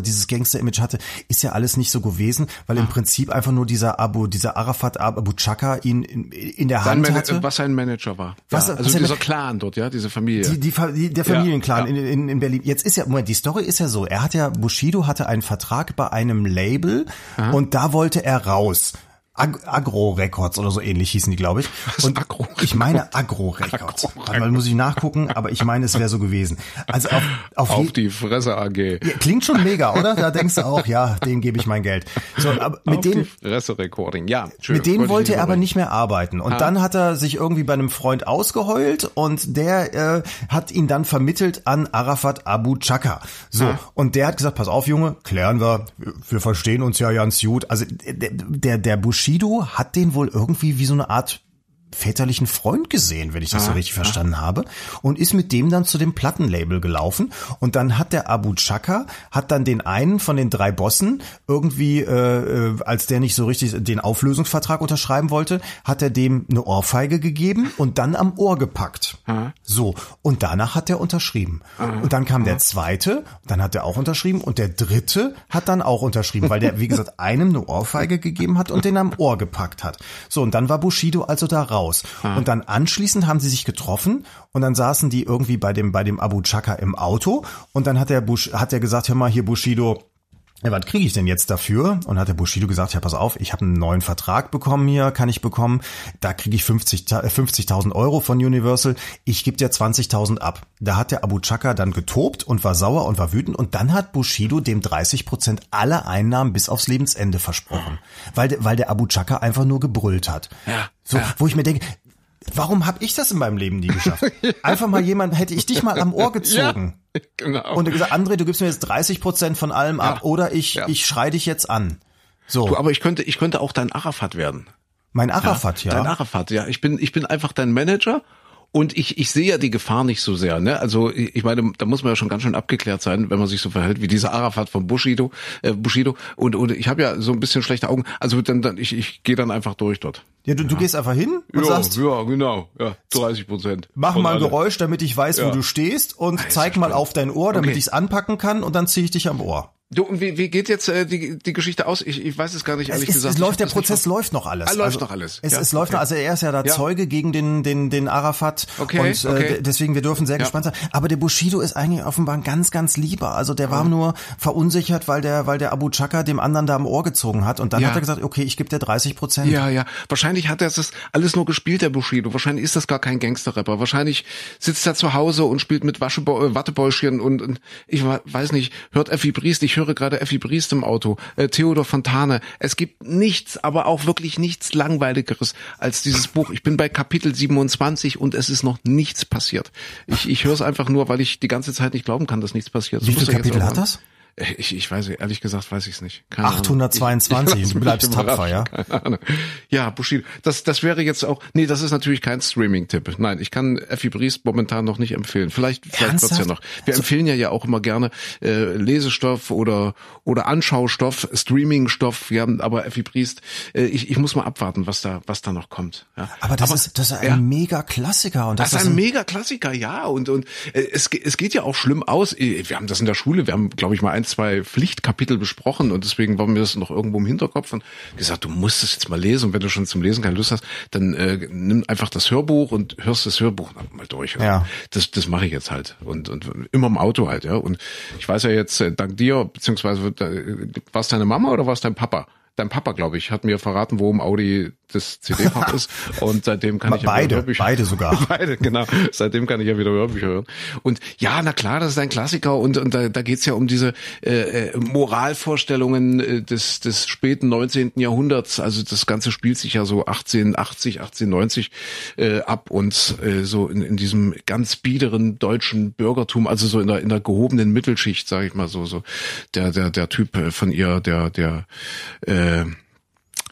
dieses Gangster-Image hatte, ist ja alles nicht so gewesen, weil im Prinzip einfach nur dieser Abu, dieser Arafat Abu Chaka ihn in, in der Hand Man- hatte. Was sein Manager war. Was- ja, was also er- dieser Clan dort, ja, diese Familie. Die, die, Fa- die, der Familienclan Ja, ja. In, in, in Berlin. Jetzt ist ja, Moment, die Story ist ja so, er hat ja, Bushido hatte einen Vertrag bei einem Label und da wollte er raus. Ag- Agro Records oder so ähnlich hießen die, glaube ich. Was, Und Agro? ich meine Agro Records. Agro Warte mal, muss ich nachgucken, aber ich meine, es wäre so gewesen. Also auf, auf, Auf je- die Fresse A G. Ja, klingt schon mega, oder? Da denkst du auch, ja, dem gebe ich mein Geld. So, aber mit Auf denen, die Fresse Recording. Ja, schön. mit denen wollte er aber nicht. nicht mehr arbeiten. Und dann hat er sich irgendwie bei einem Freund ausgeheult und der äh, hat ihn dann vermittelt an Arafat Abu Chaka. So, und der hat gesagt, pass auf, Junge, klären wir, wir verstehen uns ja ganz gut. Also der, der, der Bushido hat den wohl irgendwie wie so eine Art väterlichen Freund gesehen, wenn ich das so richtig verstanden habe, und ist mit dem dann zu dem Plattenlabel gelaufen und dann hat der Abu Chaka, hat dann den einen von den drei Bossen irgendwie, äh, äh, als der nicht so richtig den Auflösungsvertrag unterschreiben wollte, hat er dem eine Ohrfeige gegeben und dann am Ohr gepackt. So, und danach hat er unterschrieben. Und dann kam der zweite, dann hat er auch unterschrieben und der dritte hat dann auch unterschrieben, weil der, wie gesagt, einem eine Ohrfeige gegeben hat und den am Ohr gepackt hat. So, und dann war Bushido also da raus. Und dann anschließend haben sie sich getroffen und dann saßen die irgendwie bei dem bei dem Abu Chaka im Auto und dann hat der Bush hat er gesagt, hör mal hier Bushido, ja, was kriege ich denn jetzt dafür? Und hat der Bushido gesagt, ja, pass auf, ich habe einen neuen Vertrag bekommen hier, kann ich bekommen. Da kriege ich fünfzigtausend Euro von Universal. Ich gebe dir zwanzigtausend ab. Da hat der Abu Chaka dann getobt und war sauer und war wütend. Und dann hat Bushido dem dreißig Prozent aller Einnahmen bis aufs Lebensende versprochen. Weil, der- weil der Abu Chaka einfach nur gebrüllt hat. Ja, So, ja. wo ich mir denke, warum habe ich das in meinem Leben nie geschafft? Einfach mal jemand, hätte ich dich mal am Ohr gezogen. Ja, genau. Und er gesagt, André, du gibst mir jetzt dreißig Prozent von allem ab, Ja. oder ich, Ja. ich schrei dich jetzt an. So, du, aber ich könnte, ich könnte auch dein Arafat werden. mein Arafat, ja. Dein Arafat, ja. Ich bin, ich bin einfach dein Manager. Und ich, ich sehe ja die Gefahr nicht so sehr, ne? Also ich meine, da muss man ja schon ganz schön abgeklärt sein, wenn man sich so verhält wie dieser Arafat von Bushido, äh, Bushido. Und, und ich habe ja so ein bisschen schlechte Augen. Also dann, dann ich, ich gehe dann einfach durch dort. Ja, du, du gehst einfach hin und Ja, sagst, ja, genau, ja, dreißig Prozent. mach mal ein Geräusch, damit ich weiß, Ja. wo du stehst und ist zeig mal spannend. auf dein Ohr, damit Okay. ich's anpacken kann und dann ziehe ich dich am Ohr. Du, und wie, wie geht jetzt äh, die, die Geschichte aus? Ich, ich weiß es gar nicht, Es, ehrlich ist, gesagt. es Ich läuft, hab der das nicht Prozess ver- läuft noch alles. Ah, läuft noch alles. Es, Ja, es läuft okay. noch, also er ist ja der Ja. Zeuge gegen den, den, den Arafat. Okay, und äh, okay. d- deswegen, wir dürfen sehr Ja. gespannt sein. Aber der Bushido ist eigentlich offenbar ein ganz, ganz lieber. Also der war nur verunsichert, weil der, weil der Abu Chaka dem anderen da am Ohr gezogen hat. Und dann Ja. hat er gesagt, okay, ich gebe dir dreißig Prozent. Ja, ja. Wahrscheinlich hat er das alles nur gespielt, der Bushido. Wahrscheinlich ist das gar kein Gangster-Rapper. Wahrscheinlich sitzt er zu Hause und spielt mit Waschebo- äh, Wattebäuschen und, und ich wa- weiß nicht, hört Effi Briest. Ich höre gerade Effi Briest im Auto. Äh, Theodor Fontane. Es gibt nichts, aber auch wirklich nichts Langweiligeres als dieses Buch. Ich bin bei Kapitel siebenundzwanzig und es ist noch nichts passiert. Ich, ich höre es einfach nur, weil ich die ganze Zeit nicht glauben kann, dass nichts passiert. Das Wie muss viele ja jetzt Kapitel hat irgendwann- das? Ich, ich weiß, ehrlich gesagt, weiß ich es nicht. Keine Ahnung. achthundertzweiundzwanzig, Ich- ich und du lass mich bleibst tapfer, ja? überraschen. Keine Ahnung. Ja, Bushido. Das, das wäre jetzt auch, nee, das ist natürlich kein Streaming-Tipp. Nein, ich kann Effi Briest momentan noch nicht empfehlen. Vielleicht, vielleicht wird's ja Ernsthaft? noch. Wir empfehlen ja ja auch immer gerne äh, Lesestoff oder oder Anschaustoff, Streamingstoff. Ja, aber Effi Briest, äh, ich, ich muss mal abwarten, was da, was da noch kommt. Ja. Aber das ist, das ist ein ja. mega Klassiker. Und das, Das ist ein Mega-Klassiker, ja. Und, und äh, es, ge- es geht ja auch schlimm aus. Wir haben das in der Schule, wir haben, glaube ich, mal ein, zwei Pflichtkapitel besprochen und deswegen war mir das noch irgendwo im Hinterkopf und gesagt, du musst es jetzt mal lesen und wenn du schon zum Lesen keine Lust hast, dann äh, nimm einfach das Hörbuch und hörst das Hörbuch mal durch. Ja. Das, das mache ich jetzt halt und, und immer im Auto halt, ja. Und ich weiß ja jetzt, äh, dank dir, beziehungsweise äh, war es deine Mama oder war es dein Papa? Dein Papa, glaube ich, hat mir verraten, wo im Audi das C D-Fach ist und seitdem kann ich ja Beide, wieder Hörbücher. beide sogar. Beide, genau. Seitdem kann ich ja wieder Hörbücher hören. Und ja, na klar, das ist ein Klassiker und, und da, da geht's ja um diese äh, äh, Moralvorstellungen äh, des, des späten neunzehnten Jahrhunderts. Also das Ganze spielt sich ja so achtzehnhundertachtzig, achtzehnhundertneunzig äh, ab und äh, so in, in diesem ganz biederen deutschen Bürgertum, also so in der, in der gehobenen Mittelschicht, sage ich mal so, so der, der, der Typ von ihr, der, der äh,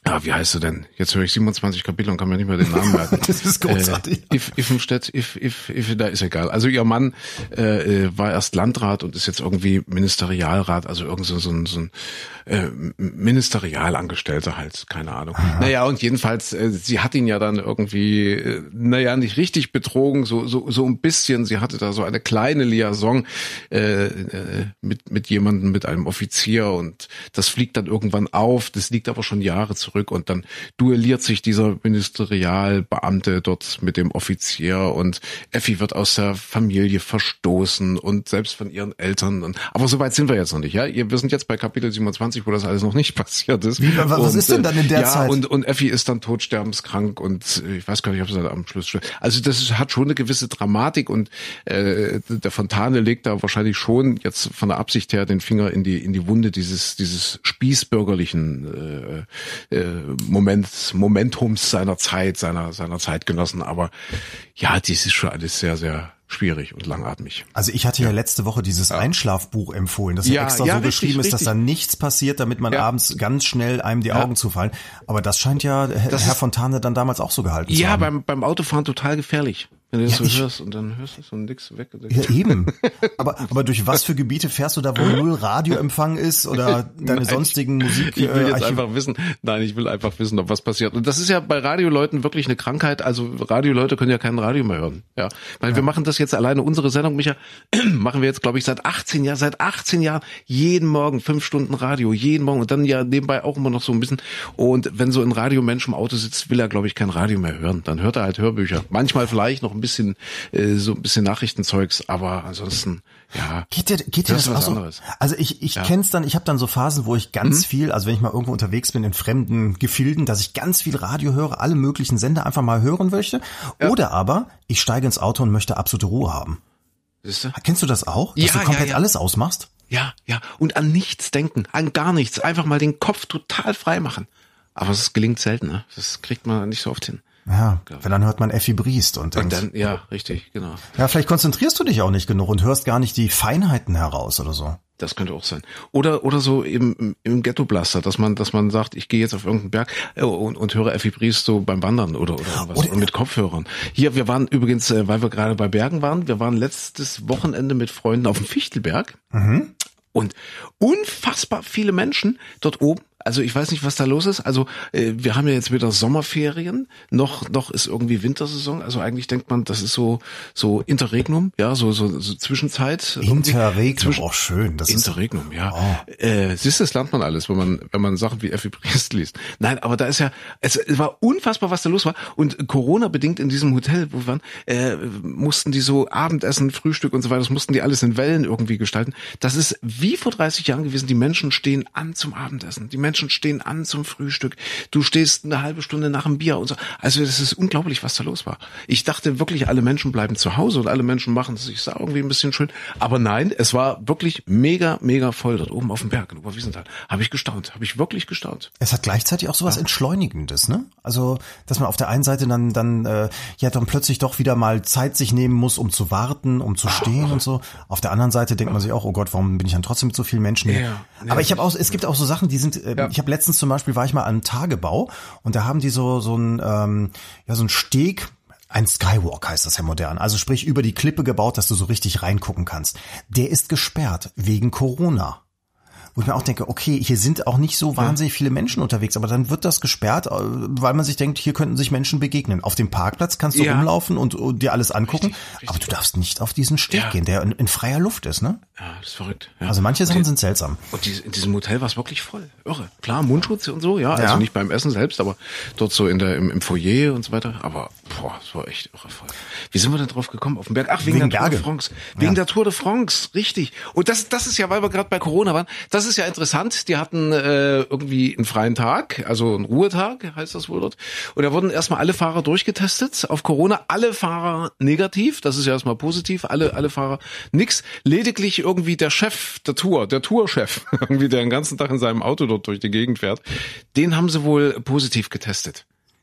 Ja, wie heißt sie denn? Jetzt höre ich siebenundzwanzig Kapitel und kann mir nicht mehr den Namen merken. Das ist großartig. Äh, if, Iffenstedt, if, if, if, da ist egal. Also ihr Mann äh, war erst Landrat und ist jetzt irgendwie Ministerialrat, also irgend so, so ein, so ein äh, Ministerialangestellter halt, keine Ahnung. Aha. Naja, und jedenfalls, äh, sie hat ihn ja dann irgendwie, äh, naja, nicht richtig betrogen, so so so ein bisschen. Sie hatte da so eine kleine Liaison äh, äh, mit mit jemandem, mit einem Offizier und das fliegt dann irgendwann auf. Das liegt aber schon Jahre zurück. Und dann duelliert sich dieser Ministerialbeamte dort mit dem Offizier und Effi wird aus der Familie verstoßen und selbst von ihren Eltern. Und, aber so weit sind wir jetzt noch nicht, ja? Wir sind jetzt bei Kapitel siebenundzwanzig, wo das alles noch nicht passiert ist. Wie, was und, ist denn dann in der ja, Zeit? Und, und Effi ist dann todsterbenskrank und ich weiß gar nicht, ob sie am Schluss schon. Also das ist, hat schon eine gewisse Dramatik und äh, der Fontane legt da wahrscheinlich schon jetzt von der Absicht her den Finger in die in die Wunde dieses dieses spießbürgerlichen äh, äh, Moment, Momentums seiner Zeit, seiner, seiner Zeitgenossen. Aber ja, dies ist schon alles sehr, sehr schwierig und langatmig. Also ich hatte ja, ja letzte Woche dieses ja. Einschlafbuch empfohlen, das ja, extra ja, so richtig, geschrieben ist, richtig. dass da nichts passiert, damit man ja. abends ganz schnell einem die Augen ja. zufallen. Aber das scheint ja das Herr Fontane dann damals auch so gehalten ja, zu haben. Ja, beim, beim Autofahren total gefährlich. Wenn du das ja, so ich, hörst und dann hörst du es und nix weg. Ja, eben. Aber, aber durch was für Gebiete fährst du da, wo null Radioempfang ist oder deine nein, sonstigen Musik? Ich will jetzt Archiv- einfach wissen, nein, ich will einfach wissen, ob was passiert. Und das ist ja bei Radioleuten wirklich eine Krankheit. Also Radioleute können ja kein Radio mehr hören. Ja, weil ja. wir machen das jetzt alleine, unsere Sendung, Micha, machen wir jetzt, glaube ich, seit achtzehn Jahren, seit achtzehn Jahren jeden Morgen fünf Stunden Radio, jeden Morgen und dann ja nebenbei auch immer noch so ein bisschen. Und wenn so ein Radiomensch im Auto sitzt, will er, glaube ich, kein Radio mehr hören. Dann hört er halt Hörbücher. Manchmal vielleicht noch ein bisschen so ein bisschen Nachrichtenzeugs, aber ansonsten, ja. Geht dir, geht dir das, das auch so? Anderes. Also ich, ich ja. kenn's dann, ich habe dann so Phasen, wo ich ganz mhm. viel, also wenn ich mal irgendwo unterwegs bin in fremden Gefilden, dass ich ganz viel Radio höre, alle möglichen Sender einfach mal hören möchte. Ja. Oder aber ich steige ins Auto und möchte absolute Ruhe haben. Siehst du? Kennst du das auch? Dass ja, du komplett ja, ja. alles ausmachst? Ja, ja. Und an nichts denken, an gar nichts. Einfach mal den Kopf total frei machen. Aber es gelingt selten, ne? Das kriegt man nicht so oft hin. Ja, weil dann hört man Effi Briest und denkt, und dann, ja, richtig, genau. Ja, vielleicht konzentrierst du dich auch nicht genug und hörst gar nicht die Feinheiten heraus oder so. Das könnte auch sein. Oder oder so im, im Ghetto-Blaster, dass man dass man sagt, ich gehe jetzt auf irgendeinen Berg und, und höre Effi Briest so beim Wandern oder oder was oder, und mit Kopfhörern. Hier, wir waren übrigens, weil wir gerade bei Bergen waren, wir waren letztes Wochenende mit Freunden auf dem Fichtelberg. Mhm. Und unfassbar viele Menschen dort oben. Also ich weiß nicht, was da los ist. Also äh, wir haben ja jetzt wieder Sommerferien, noch noch ist irgendwie Wintersaison. Also eigentlich denkt man, das ist so so Interregnum, ja, so so, so Zwischenzeit. Interregnum, zwischen, auch schön. Das Interregnum, ist, ja. Oh. Äh, siehst du, das lernt man alles, wenn man wenn man Sachen wie Effi Briest liest. Nein, aber da ist ja, es, es war unfassbar, was da los war. Und Corona bedingt in diesem Hotel, wo wir waren, äh, mussten die so Abendessen, Frühstück und so weiter, das mussten die alles in Wellen irgendwie gestalten. Das ist wie vor dreißig Jahren gewesen. Die Menschen stehen an zum Abendessen. Die Menschen stehen an zum Frühstück. Du stehst eine halbe Stunde nach dem Bier und so. Also das ist unglaublich, was da los war. Ich dachte wirklich, alle Menschen bleiben zu Hause und alle Menschen machen es sich irgendwie ein bisschen schön. Aber nein, es war wirklich mega, mega voll dort oben auf dem Berg in Oberwiesenthal. Habe ich gestaunt. Habe ich wirklich gestaunt. Es hat gleichzeitig auch sowas ja. Entschleunigendes, ne? Also, dass man auf der einen Seite dann dann äh, ja dann plötzlich doch wieder mal Zeit sich nehmen muss, um zu warten, um zu stehen oh. und so. Auf der anderen Seite denkt man sich auch, oh Gott, warum bin ich dann trotzdem mit so vielen Menschen hier? Ja, ja, aber ich habe auch, es gibt auch so Sachen, die sind, äh, ja. ich habe letztens zum Beispiel, war ich mal an einem Tagebau und da haben die so so ein ähm, ja so ein Steg, ein Skywalk heißt das ja modern, also sprich über die Klippe gebaut, dass du so richtig reingucken kannst. Der ist gesperrt wegen Corona. Wo ich mir auch denke, okay, hier sind auch nicht so wahnsinnig viele Menschen unterwegs, aber dann wird das gesperrt, weil man sich denkt, hier könnten sich Menschen begegnen. Auf dem Parkplatz kannst du ja. rumlaufen und, und dir alles angucken, richtig, richtig. Aber du darfst nicht auf diesen Steg ja. gehen, der in, in freier Luft ist, ne? Ja, das ist verrückt. Ja. Also manche Sachen die, sind seltsam. Und die, in diesem Hotel war es wirklich voll. Irre. Klar, Mundschutz und so, ja, also ja. nicht beim Essen selbst, aber dort so in der im, im Foyer und so weiter. Aber boah, das war echt irre voll. Wie sind wir denn drauf gekommen? Auf den Berg? Ach, wegen, wegen der Tour de France. Wegen ja. der Tour de France, richtig. Und das, das ist ja, weil wir gerade bei Corona waren, das ist ja interessant. Die hatten äh, irgendwie einen freien Tag, also einen Ruhetag, heißt das wohl dort. Und da wurden erstmal alle Fahrer durchgetestet auf Corona. Alle Fahrer negativ, das ist ja erstmal positiv. Alle alle Fahrer nix. Lediglich irgendwie der Chef der Tour, der Tourchef, irgendwie der den ganzen Tag in seinem Auto dort durch die Gegend fährt, den haben sie wohl positiv getestet.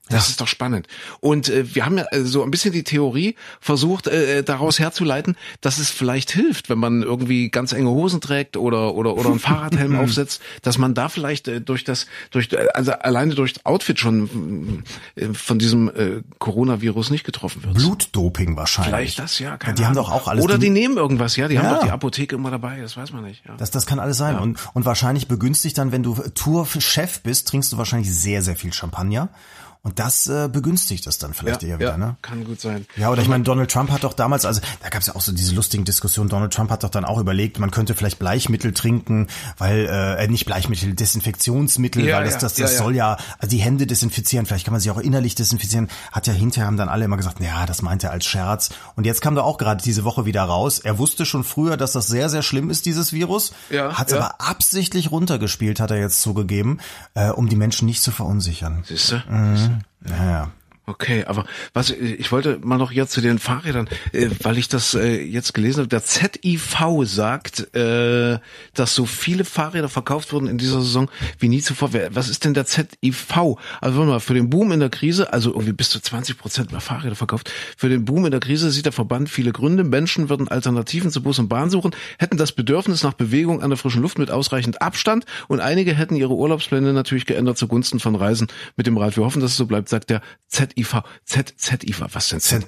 Das Ja. ist doch spannend. Und äh, wir haben ja äh, so ein bisschen die Theorie versucht, äh, daraus herzuleiten, dass es vielleicht hilft, wenn man irgendwie ganz enge Hosen trägt oder oder oder einen Fahrradhelm aufsetzt, dass man da vielleicht äh, durch das, durch also alleine durch das Outfit schon äh, von diesem äh, Coronavirus nicht getroffen wird. Blutdoping wahrscheinlich. Vielleicht das, ja. Keine die haben Ahnung. doch auch alles. Oder die nehmen irgendwas, ja. Die Ja. haben doch die Apotheke immer dabei, das weiß man nicht. Ja. Das, das kann alles sein. Ja. Und, und wahrscheinlich begünstigt dann, wenn du Tourchef bist, trinkst du wahrscheinlich sehr, sehr viel Champagner. Und das äh, begünstigt das dann vielleicht ja, eher wieder, ja, ne? kann gut sein. Ja, oder ich meine, Donald Trump hat doch damals, also da gab es ja auch so diese lustigen Diskussionen, Donald Trump hat doch dann auch überlegt, man könnte vielleicht Bleichmittel trinken, weil, äh, nicht Bleichmittel, Desinfektionsmittel, Ja, weil das, ja, das, das ja, soll ja. ja, also die Hände desinfizieren, vielleicht kann man sie auch innerlich desinfizieren, hat ja hinterher haben dann alle immer gesagt, ja, das meint er als Scherz. Und jetzt kam da auch gerade diese Woche wieder raus, er wusste schon früher, dass das sehr, sehr schlimm ist, dieses Virus, Ja, hat es ja. aber absichtlich runtergespielt, hat er jetzt zugegeben, äh, um die Menschen nicht zu verunsichern. Siehst du? Mhm. Ja, Okay, aber was ich wollte mal noch hier zu den Fahrrädern, äh, weil ich das äh, jetzt gelesen habe. Der Z I V sagt, äh, dass so viele Fahrräder verkauft wurden in dieser Saison wie nie zuvor. Wer- Was ist denn der Z I V? Also warte mal, für den Boom in der Krise, also irgendwie bis zu zwanzig Prozent mehr Fahrräder verkauft. Für den Boom in der Krise sieht der Verband viele Gründe. Menschen würden Alternativen zu Bus und Bahn suchen, hätten das Bedürfnis nach Bewegung an der frischen Luft mit ausreichend Abstand und einige hätten ihre Urlaubspläne natürlich geändert zugunsten von Reisen mit dem Rad. Wir hoffen, dass es so bleibt, sagt der Z I V. Z, Z I V, was denn Z I V?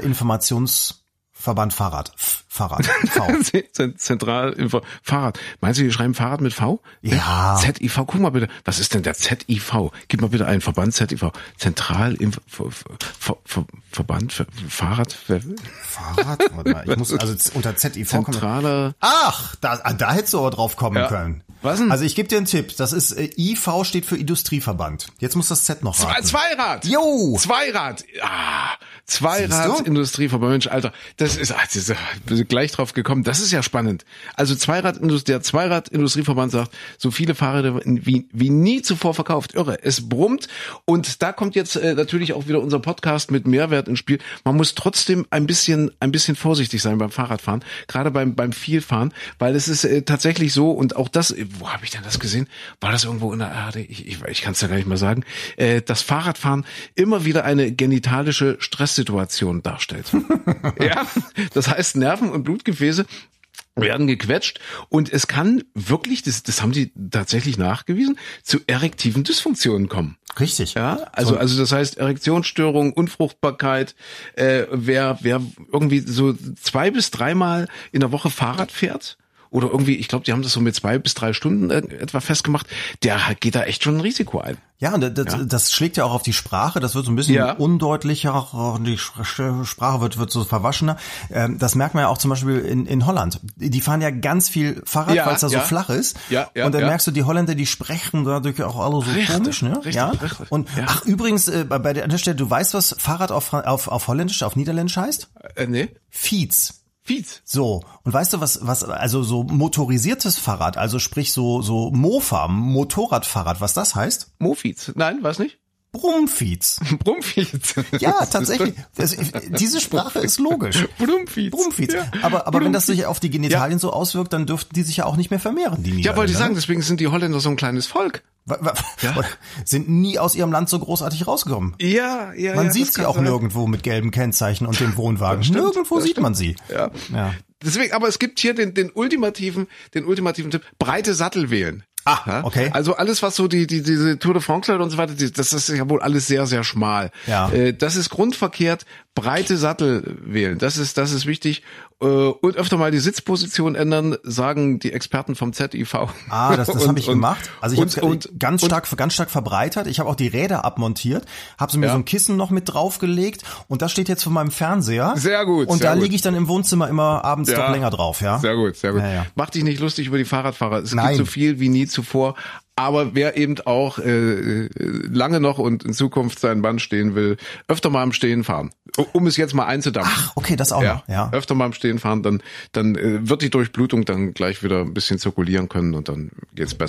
Zentralinformationsverband Fahrrad. F Fahrrad. V. Zentralinfo Fahrrad. Meinst du, die schreiben Fahrrad mit V? Ja. Z I V, guck mal bitte. Was ist denn der Z I V? Gib mal bitte einen Verband Z I V. Zentralinfo Ver, Ver, Ver, Verband für Fahrrad. Fahrrad? Warte mal, ich muss also z- unter Z I V kommen. Zentraler. Ach, da, da hättest du aber drauf kommen Ja. können. Was denn? Also ich gebe dir einen Tipp. Das ist äh, I V steht für Industrieverband. Jetzt muss das Z noch raten. Zweirad. Jo. Zweirad. Ah, Siehst du? Zweirad Industrieverband. Mensch, Alter, das ist, ah, das ist, wir sind gleich drauf gekommen. Das ist ja spannend. Also Zweirad, der Zweirad Industrieverband sagt, so viele Fahrräder wie, wie nie zuvor verkauft. Irre. Es brummt. Und da kommt jetzt äh, natürlich auch wieder unser Podcast mit Mehrwert ins Spiel. Man muss trotzdem ein bisschen, ein bisschen vorsichtig sein beim Fahrradfahren. Gerade beim, beim Vielfahren. Weil es ist äh, tatsächlich so, und auch das, äh, wo habe ich denn das gesehen? War das irgendwo in der A R D? Ich, ich, ich kann es ja gar nicht mehr sagen. Äh, das Fahrradfahren immer wieder eine genitalische Stresssituation darstellt. Ja, das heißt, Nerven und Blutgefäße werden gequetscht und es kann wirklich, das, das haben die tatsächlich nachgewiesen, zu erektiven Dysfunktionen kommen. Richtig. Ja, also also das heißt Erektionsstörung, Unfruchtbarkeit. Äh, wer wer irgendwie so zwei bis dreimal in der Woche Fahrrad fährt oder irgendwie, ich glaube, die haben das so mit zwei bis drei Stunden äh, etwa festgemacht, der geht da echt schon ein Risiko ein. Ja, und das, Ja. das schlägt ja auch auf die Sprache. Das wird so ein bisschen Ja. undeutlicher, auch die Sch- Sprache wird wird so verwaschener. Ähm, Das merkt man ja auch zum Beispiel in, in Holland. Die fahren ja ganz viel Fahrrad, Ja, weil es da so ja. flach ist. Ja, ja, und dann ja. merkst du, die Holländer, die sprechen dadurch auch alle so Richtig, komisch, ne? richtig, ja. richtig. Und Ja. ach übrigens, äh, bei bei der an der Stelle, du weißt, was Fahrrad auf auf auf Holländisch, auf Niederländisch heißt? Äh, nee, Fiets. Fiets. So, und weißt du, was, was, also so motorisiertes Fahrrad, also sprich so, so Mofa, Motorradfahrrad, was das heißt? Mofiz. Nein, weiß nicht. Brummfiez. Brummfiez. Ja, tatsächlich. Das, diese Sprache ist logisch. Brummfiez. Brummfiez. Ja. Aber, aber wenn das Brummfiez. sich auf die Genitalien so auswirkt, dann dürften die sich ja auch nicht mehr vermehren, die Ja, wollte ich sagen, Niederländer. deswegen sind die Holländer so ein kleines Volk. Wa- wa- Ja. Sind nie aus ihrem Land so großartig rausgekommen. Ja, ja, Man ja, sieht das sie kann auch sein. nirgendwo mit gelben Kennzeichen und dem Wohnwagen. Das stimmt, Nirgendwo das sieht stimmt. man sie. Ja. Ja. Deswegen, aber es gibt hier den, den ultimativen, den ultimativen Tipp: breite Sattel wählen. Ah, Ja? okay. Also alles, was so die, die, diese Tour de France Leute und so weiter, die, das ist ja wohl alles sehr, sehr schmal. Ja. Äh, das ist grundverkehrt. Breite Sattel wählen. Das ist, das ist wichtig. Äh, und öfter mal die Sitzposition ändern, sagen die Experten vom Z I V. Ah, das, das Und- habe ich und- gemacht. Also ich und- habe und- ganz und- stark, ganz stark verbreitert. Ich habe auch die Räder abmontiert, habe so mir Ja. so ein Kissen noch mit draufgelegt und das steht jetzt vor meinem Fernseher. Sehr gut, Und sehr da gut. liege ich dann im Wohnzimmer immer abends Ja. doch länger drauf, ja. Sehr gut, sehr gut. Ja, ja. Mach dich nicht lustig über die Fahrradfahrer. Es Nein. gibt so viel wie nie zuvor. Aber wer eben auch äh, lange noch und in Zukunft sein Band stehen will, öfter mal im Stehen fahren. Um es jetzt mal einzudampfen. Ach, okay, das auch ja, noch, ja. Öfter mal im Stehen fahren, dann, dann äh, wird die Durchblutung dann gleich wieder ein bisschen zirkulieren können und dann geht's besser.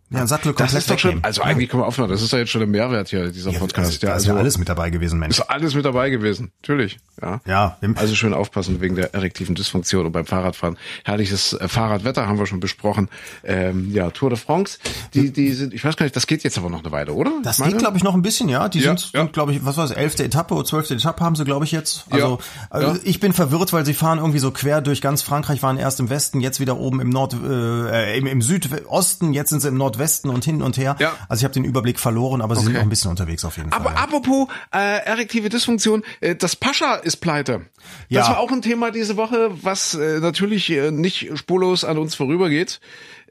Ja, Sattel komplett das ist doch schon, wegnehmen. also eigentlich können wir aufhören, das ist ja jetzt schon ein Mehrwert hier, dieser Ja, Podcast. also, ja, da ist also, ja alles mit dabei gewesen, Mensch. ist alles mit dabei gewesen, natürlich. Ja. Ja. Also schön aufpassen wegen der erektiven Dysfunktion und beim Fahrradfahren. Herrliches äh, Fahrradwetter haben wir schon besprochen. Ähm, ja, Tour de France, die, die sind, ich weiß gar nicht, das geht jetzt aber noch eine Weile, oder? Das Meine? geht, glaube ich, noch ein bisschen, ja. Die Ja, sind, ja. glaube ich, was war es, elfte Etappe oder zwölfte Etappe haben sie, glaube ich, jetzt. Also, Ja, also ja. ich bin verwirrt, weil sie fahren irgendwie so quer durch ganz Frankreich, waren erst im Westen, jetzt wieder oben im Nord, äh, im, im Südosten, jetzt sind sie im Nordwesten und hin und her. Ja. Also ich habe den Überblick verloren, aber sie sind Okay. noch ein bisschen unterwegs auf jeden Fall. Aber ja. apropos äh, erektive Dysfunktion, äh, das Pascha ist pleite. Das Ja. war auch ein Thema diese Woche, was äh, natürlich äh, nicht spurlos an uns vorübergeht.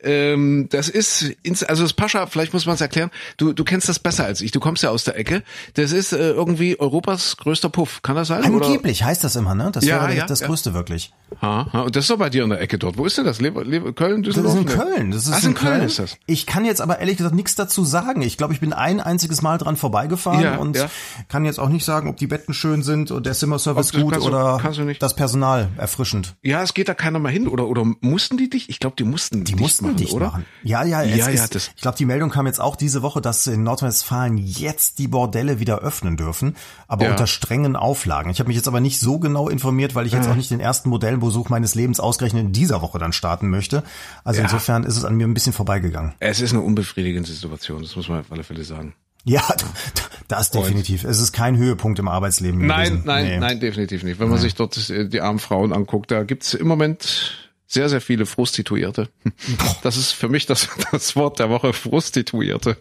Ähm, das ist, ins, also das Pascha, vielleicht muss man es erklären, du, du kennst das besser als ich, du kommst ja aus der Ecke. Das ist äh, irgendwie Europas größter Puff, kann das sein? Angeblich heißt das immer, ne? Das Ja, wäre ja, das ja. Größte wirklich. Ha, ha. Und das ist doch bei dir in der Ecke dort. Wo ist denn das? Lever, Lever, Köln, Das Düsseldorf? ist in Nee. Köln. Das ist Ach, in in Köln Köln. ist das. Ich kann jetzt aber ehrlich gesagt nichts dazu sagen. Ich glaube, ich bin ein einziges Mal dran vorbeigefahren Ja, und ja. kann jetzt auch nicht sagen, ob die Betten schön sind und der Zimmerservice Ob das gut kannst du- oder kannst du nicht. das Personal erfrischend. Ja, es geht da keiner mal hin. Oder, oder mussten die dich? Ich glaube, die mussten Die dicht mussten machen, dicht oder? machen. Ja, ja, es Ja, ja, ist, das- ich glaube, die Meldung kam jetzt auch diese Woche, dass in Nordrhein-Westfalen jetzt die Bordelle wieder öffnen dürfen, aber Ja. unter strengen Auflagen. Ich habe mich jetzt aber nicht so genau informiert, weil ich jetzt auch nicht den ersten Modellbesuch meines Lebens ausgerechnet in dieser Woche dann starten möchte. Also Ja. insofern ist es an mir ein bisschen vorbeigegangen. Es ist eine unbefriedigende Situation, das muss man auf alle Fälle sagen. Ja, das definitiv. Es ist kein Höhepunkt im Arbeitsleben Nein, gewesen. nein, Nee. nein, definitiv nicht. Wenn man sich dort äh, die armen Frauen anguckt, da gibt's im Moment sehr, sehr viele Prostituierte. Das ist für mich das, das Wort der Woche, Prostituierte.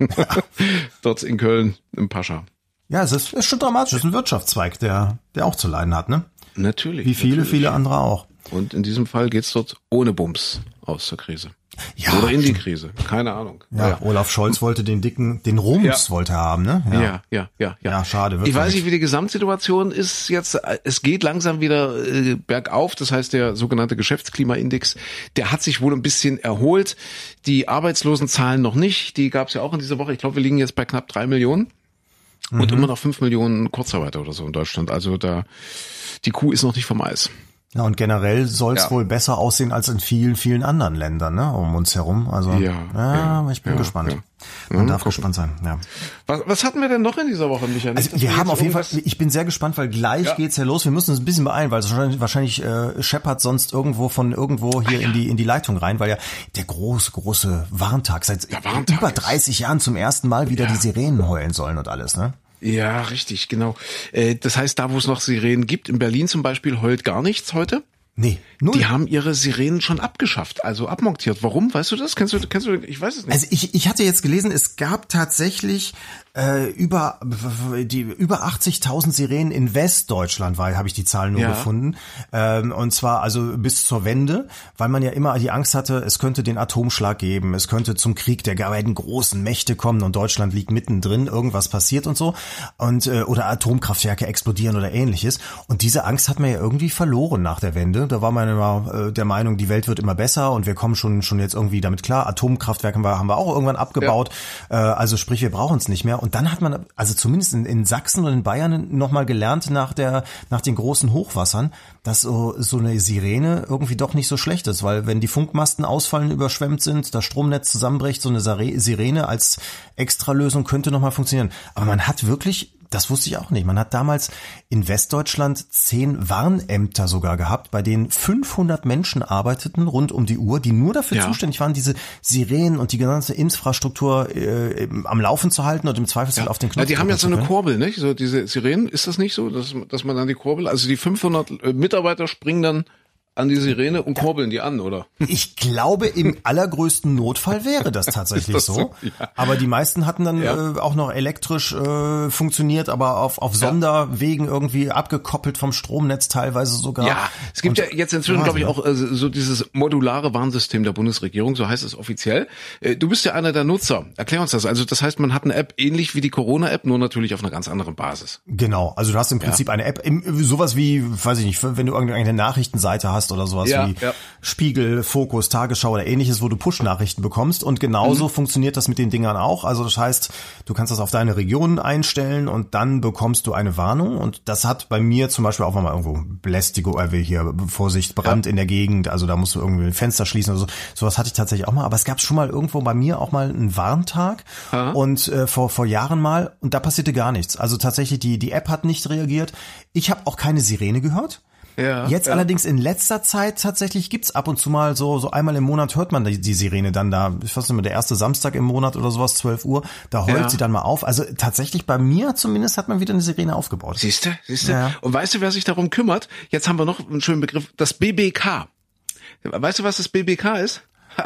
Dort in Köln, im Pascha. Ja, es ist, ist schon dramatisch. Es ist ein Wirtschaftszweig, der, der auch zu leiden hat, ne? Natürlich. Wie viele, natürlich. viele andere auch. Und in diesem Fall geht's dort ohne Bums aus der Krise. Ja, Oder in die stimmt. Krise. Keine Ahnung. Ja, Naja. Olaf Scholz wollte den dicken, den Rums Ja. wollte er haben, ne? Ja, ja, ja, ja. Ja, schade, wirklich. Ich weiß nicht, wie die Gesamtsituation ist jetzt. Es geht langsam wieder äh, bergauf. Das heißt, der sogenannte Geschäftsklimaindex, der hat sich wohl ein bisschen erholt. Die Arbeitslosenzahlen noch nicht. Die gab es ja auch in dieser Woche. Ich glaube, wir liegen jetzt bei knapp drei Millionen. Und Mhm. immer noch fünf Millionen Kurzarbeiter oder so in Deutschland. Also da, die Kuh ist noch nicht vom Eis. Ja, und generell soll es Ja. wohl besser aussehen als in vielen, vielen anderen Ländern, ne, um uns herum. Also, Ja, ja, ja, ich bin ja, gespannt. ja. Man Mhm, darf gucken. gespannt sein, ja. Was, was hatten wir denn noch in dieser Woche, Michael? Nicht, Also dass wir haben jetzt auf jeden Fall, irgendwas- ich bin sehr gespannt, weil gleich Ja. geht's ja los. Wir müssen uns ein bisschen beeilen, weil es wahrscheinlich, wahrscheinlich äh, scheppert sonst irgendwo von irgendwo hier in die in die Leitung rein, weil ja der große, große Warntag seit Der Warntag über ist- dreißig Jahren zum ersten Mal wieder Ja. die Sirenen heulen sollen und alles, ne? Ja, richtig, genau. Äh, Das heißt, da wo es noch Sirenen gibt, in Berlin zum Beispiel, heult gar nichts heute. Nee, null. Die haben ihre Sirenen schon abgeschafft, also abmontiert. Warum? Weißt du das? Kennst du, kennst du, ich weiß es nicht. Also ich, ich hatte jetzt gelesen, es gab tatsächlich äh, über die über achtzigtausend Sirenen in Westdeutschland, weil habe ich die Zahlen nur Ja. gefunden. Ähm, und zwar also bis zur Wende, weil man ja immer die Angst hatte, es könnte den Atomschlag geben, es könnte zum Krieg der beiden großen Mächte kommen und Deutschland liegt mittendrin, irgendwas passiert und so und äh, oder Atomkraftwerke explodieren oder ähnliches. Und diese Angst hat man ja irgendwie verloren nach der Wende. Da war man immer äh, der Meinung, die Welt wird immer besser und wir kommen schon schon jetzt irgendwie damit klar. Atomkraftwerke haben wir, haben wir auch irgendwann abgebaut. Ja. Äh, also sprich, wir brauchen es nicht mehr. Und dann hat man, also zumindest in, in Sachsen und in Bayern nochmal gelernt nach der nach den großen Hochwassern, dass so, so eine Sirene irgendwie doch nicht so schlecht ist, weil wenn die Funkmasten ausfallen, überschwemmt sind, das Stromnetz zusammenbricht, so eine Sirene als Extralösung könnte nochmal funktionieren. Aber man hat wirklich, das wusste ich auch nicht, man hat damals in Westdeutschland zehn Warnämter sogar gehabt, bei denen fünfhundert Menschen arbeiteten rund um die Uhr, die nur dafür Ja. zuständig waren, diese Sirenen und die ganze Infrastruktur äh, am Laufen zu halten und im Zweifelsfall auf den Knopf Ja, die haben ja drücken so eine zu können. Kurbel, nicht? So diese Sirenen, ist das nicht so, dass, dass man dann die Kurbel, also die fünfhundert Mitarbeiter springen dann an die Sirene und kurbeln die an, oder? Ich glaube, im allergrößten Notfall wäre das tatsächlich Ist das so. so? Ja. Aber die meisten hatten dann Ja. äh, auch noch elektrisch äh, funktioniert, aber auf, auf Sonderwegen irgendwie abgekoppelt vom Stromnetz teilweise sogar. Ja, es gibt Und- ja jetzt inzwischen, glaube ich, auch äh, so dieses modulare Warnsystem der Bundesregierung, so heißt es offiziell. Äh, Du bist ja einer der Nutzer. Erklär uns das. Also das heißt, man hat eine App ähnlich wie die Corona-App, nur natürlich auf einer ganz anderen Basis. Genau, also du hast im Prinzip eine App, im, sowas wie, weiß ich nicht, wenn du irgendeine Nachrichtenseite hast, hast oder sowas ja, wie ja. Spiegel, Fokus, Tagesschau oder ähnliches, wo du Push-Nachrichten bekommst. Und genauso mhm. funktioniert das mit den Dingern auch. Also das heißt, du kannst das auf deine Region einstellen und dann bekommst du eine Warnung. Und das hat bei mir zum Beispiel auch mal irgendwo Belästigung, äh, hier, Vorsicht, Brand ja. in der Gegend. Also da musst du irgendwie ein Fenster schließen oder so. Sowas hatte ich tatsächlich auch mal. Aber es gab schon mal irgendwo bei mir auch mal einen Warntag Aha. und äh, vor vor Jahren mal und da passierte gar nichts. Also tatsächlich die die App hat nicht reagiert. Ich habe auch keine Sirene gehört. Ja, Jetzt ja. allerdings in letzter Zeit tatsächlich gibt's ab und zu mal so so einmal im Monat hört man die, die Sirene dann da. Ich weiß nicht mehr, der erste Samstag im Monat oder sowas, zwölf Uhr. Da heult ja. sie dann mal auf. Also tatsächlich bei mir zumindest hat man wieder eine Sirene aufgebaut. Siehst du, siehst du. Ja. Und weißt du, wer sich darum kümmert? Jetzt haben wir noch einen schönen Begriff, das B B K. Weißt du, was das B B K ist?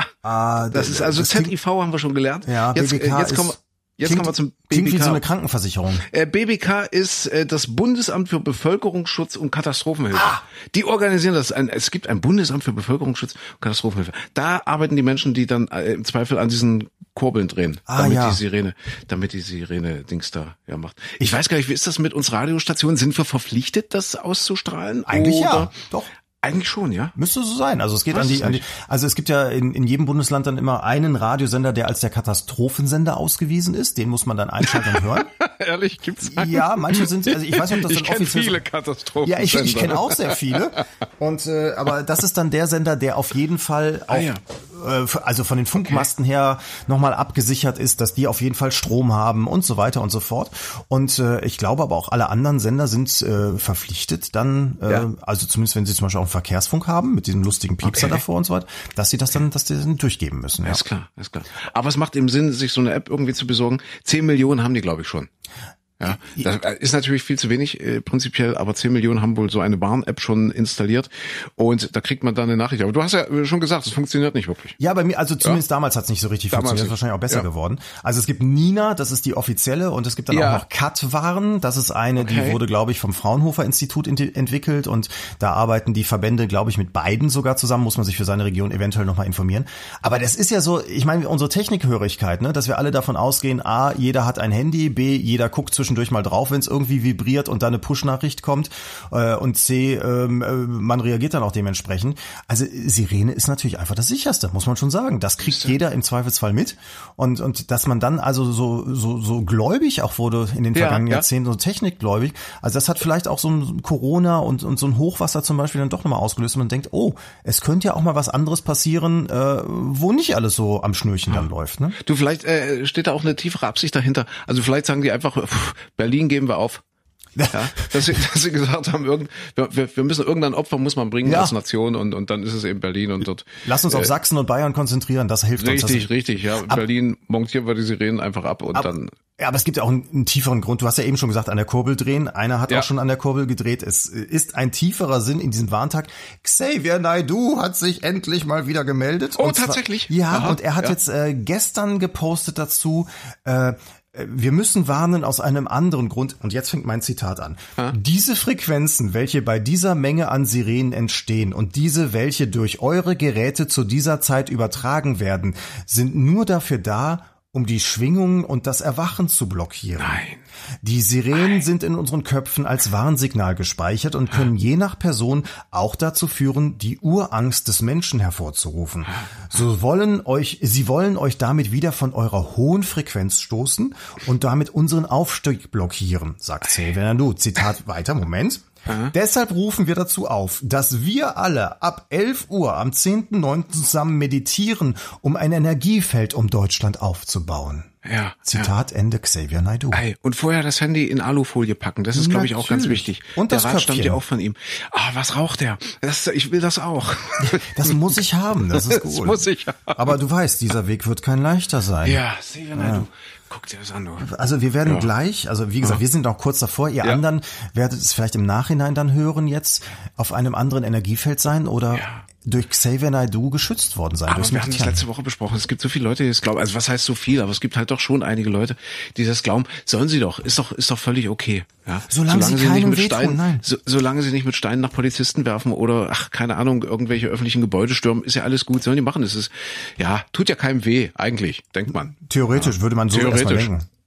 Ah, das, das ist also das Z I V haben wir schon gelernt. Ja, jetzt, B B K jetzt kommen wir Jetzt klingt, kommen wir zum B B K. Klingt wie so eine Krankenversicherung. Äh, B B K ist äh, das Bundesamt für Bevölkerungsschutz und Katastrophenhilfe. Ah. Die organisieren das. Ein, es gibt ein Bundesamt für Bevölkerungsschutz und Katastrophenhilfe. Da arbeiten die Menschen, die dann äh, im Zweifel an diesen Kurbeln drehen, ah, damit ja. die Sirene, damit die Sirene Dings da ja macht. Ich, ich weiß gar nicht, wie ist das mit uns Radiostationen? Sind wir verpflichtet, das auszustrahlen? Eigentlich Oder? ja, doch. Eigentlich schon, ja? Müsste so sein. Also es geht an die, an die, also es gibt ja in, in jedem Bundesland dann immer einen Radiosender, der als der Katastrophensender ausgewiesen ist. Den muss man dann einschalten und hören. Ehrlich, gibt's einen? Ja, manche sind, also ich weiß nicht, ob das ich dann kenn offiziell viele Katastrophensender. Ja, ich, ich kenne auch sehr viele. Und, äh, aber das ist dann der Sender, der auf jeden Fall auch, ah, ja. äh, also von den Funkmasten okay. her nochmal abgesichert ist, dass die auf jeden Fall Strom haben und so weiter und so fort. Und äh, ich glaube aber auch alle anderen Sender sind äh, verpflichtet dann, äh, ja. also zumindest wenn sie zum Beispiel auch einen Verkehrsfunk haben, mit diesem lustigen Piepser okay. davor und so weiter, dass sie das dann, dass die das dann durchgeben müssen. Ja. Ist klar, ist klar. Aber es macht eben Sinn, sich so eine App irgendwie zu besorgen. Zehn Millionen haben die, glaube ich, schon. Ja, das ist natürlich viel zu wenig äh, prinzipiell, aber zehn Millionen haben wohl so eine Warn-App schon installiert und da kriegt man dann eine Nachricht. Aber du hast ja schon gesagt, es funktioniert nicht wirklich. Ja, bei mir, also zumindest ja. damals hat es nicht so richtig damals funktioniert, ist wahrscheinlich auch besser ja. geworden. Also es gibt Nina, das ist die offizielle und es gibt dann ja. auch noch Kat-Warn, das ist eine, okay. die wurde, glaube ich, vom Fraunhofer Institut ent- entwickelt und da arbeiten die Verbände, glaube ich, mit beiden sogar zusammen, muss man sich für seine Region eventuell nochmal informieren. Aber das ist ja so, ich meine, unsere Technikhörigkeit, ne, dass wir alle davon ausgehen, A, jeder hat ein Handy, B, jeder guckt zwischen durch mal drauf, wenn es irgendwie vibriert und da eine Push-Nachricht kommt äh, und C, ähm, äh, man reagiert dann auch dementsprechend. Also Sirene ist natürlich einfach das Sicherste, muss man schon sagen. Das kriegt jeder im Zweifelsfall mit und und dass man dann also so so so gläubig auch wurde in den vergangenen ja, ja. Jahrzehnten, so technikgläubig, also das hat vielleicht auch so ein Corona und und so ein Hochwasser zum Beispiel dann doch nochmal ausgelöst und man denkt, oh, es könnte ja auch mal was anderes passieren, äh, wo nicht alles so am Schnürchen ja. dann läuft. Ne? Du, vielleicht äh, steht da auch eine tiefere Absicht dahinter. Also vielleicht sagen die einfach, pff, Berlin geben wir auf. Ja, dass sie, dass sie gesagt haben, irgend, wir, wir müssen irgendein Opfer muss man bringen ja. als Nation und und dann ist es eben Berlin und dort. Lass uns äh, auf Sachsen und Bayern konzentrieren, das hilft richtig, uns. Richtig, richtig, ja. Ab, Berlin montieren wir die Sirenen einfach ab und ab, dann. Ja, aber es gibt ja auch einen, einen tieferen Grund. Du hast ja eben schon gesagt, an der Kurbel drehen. Einer hat ja. auch schon an der Kurbel gedreht. Es ist ein tieferer Sinn in diesem Warntag. Xavier Naidoo hat sich endlich mal wieder gemeldet. Oh, und tatsächlich? Zwar, ja, Aha, und er hat ja. jetzt äh, gestern gepostet dazu, äh, wir müssen warnen aus einem anderen Grund. Und jetzt fängt mein Zitat an. Ha? Diese Frequenzen, welche bei dieser Menge an Sirenen entstehen und diese, welche durch eure Geräte zu dieser Zeit übertragen werden, sind nur dafür da, um die Schwingungen und das Erwachen zu blockieren. Nein. Die Sirenen Nein. sind in unseren Köpfen als Warnsignal gespeichert und können je nach Person auch dazu führen, die Urangst des Menschen hervorzurufen. So wollen euch, sie wollen euch damit wieder von eurer hohen Frequenz stoßen und damit unseren Aufstieg blockieren, sagt Xavier Naidoo. Zitat weiter, Moment. Aha. Deshalb rufen wir dazu auf, dass wir alle ab elf Uhr am zehnten neunten zusammen meditieren, um ein Energiefeld um Deutschland aufzubauen. Ja. Zitat ja. Ende, Xavier Naidoo. Ey, und vorher das Handy in Alufolie packen, das ist, glaube ich, auch ganz wichtig. Und das Der Rat stammt ja auch von ihm. Ah, was raucht der? Das, ich will das auch. Das muss ich haben, das ist gut. Das muss ich haben. Aber du weißt, dieser Weg wird kein leichter sein. Ja, Xavier Naidoo. Ja. Guck dir das an, du. Also wir werden ja. gleich, also wie gesagt, ja. wir sind auch kurz davor. Ihr ja. anderen werdet es vielleicht im Nachhinein dann hören jetzt auf einem anderen Energiefeld sein oder ja. durch Xavier Naidoo geschützt worden sein. Aber wir haben das letzte Woche besprochen. Es gibt so viele Leute, die das glauben. Also was heißt so viel? Aber es gibt halt doch schon einige Leute, die das glauben. Sollen sie doch. Ist doch, ist doch völlig okay. Ja. Solange, solange sie, sie nicht mit Steinen, nein. So, solange sie nicht mit Steinen nach Polizisten werfen oder, ach, keine Ahnung, irgendwelche öffentlichen Gebäude stürmen, ist ja alles gut. Sollen die machen. Es ist, ja, tut ja keinem weh, eigentlich, denkt man. Theoretisch ja. würde man so erstmal denken.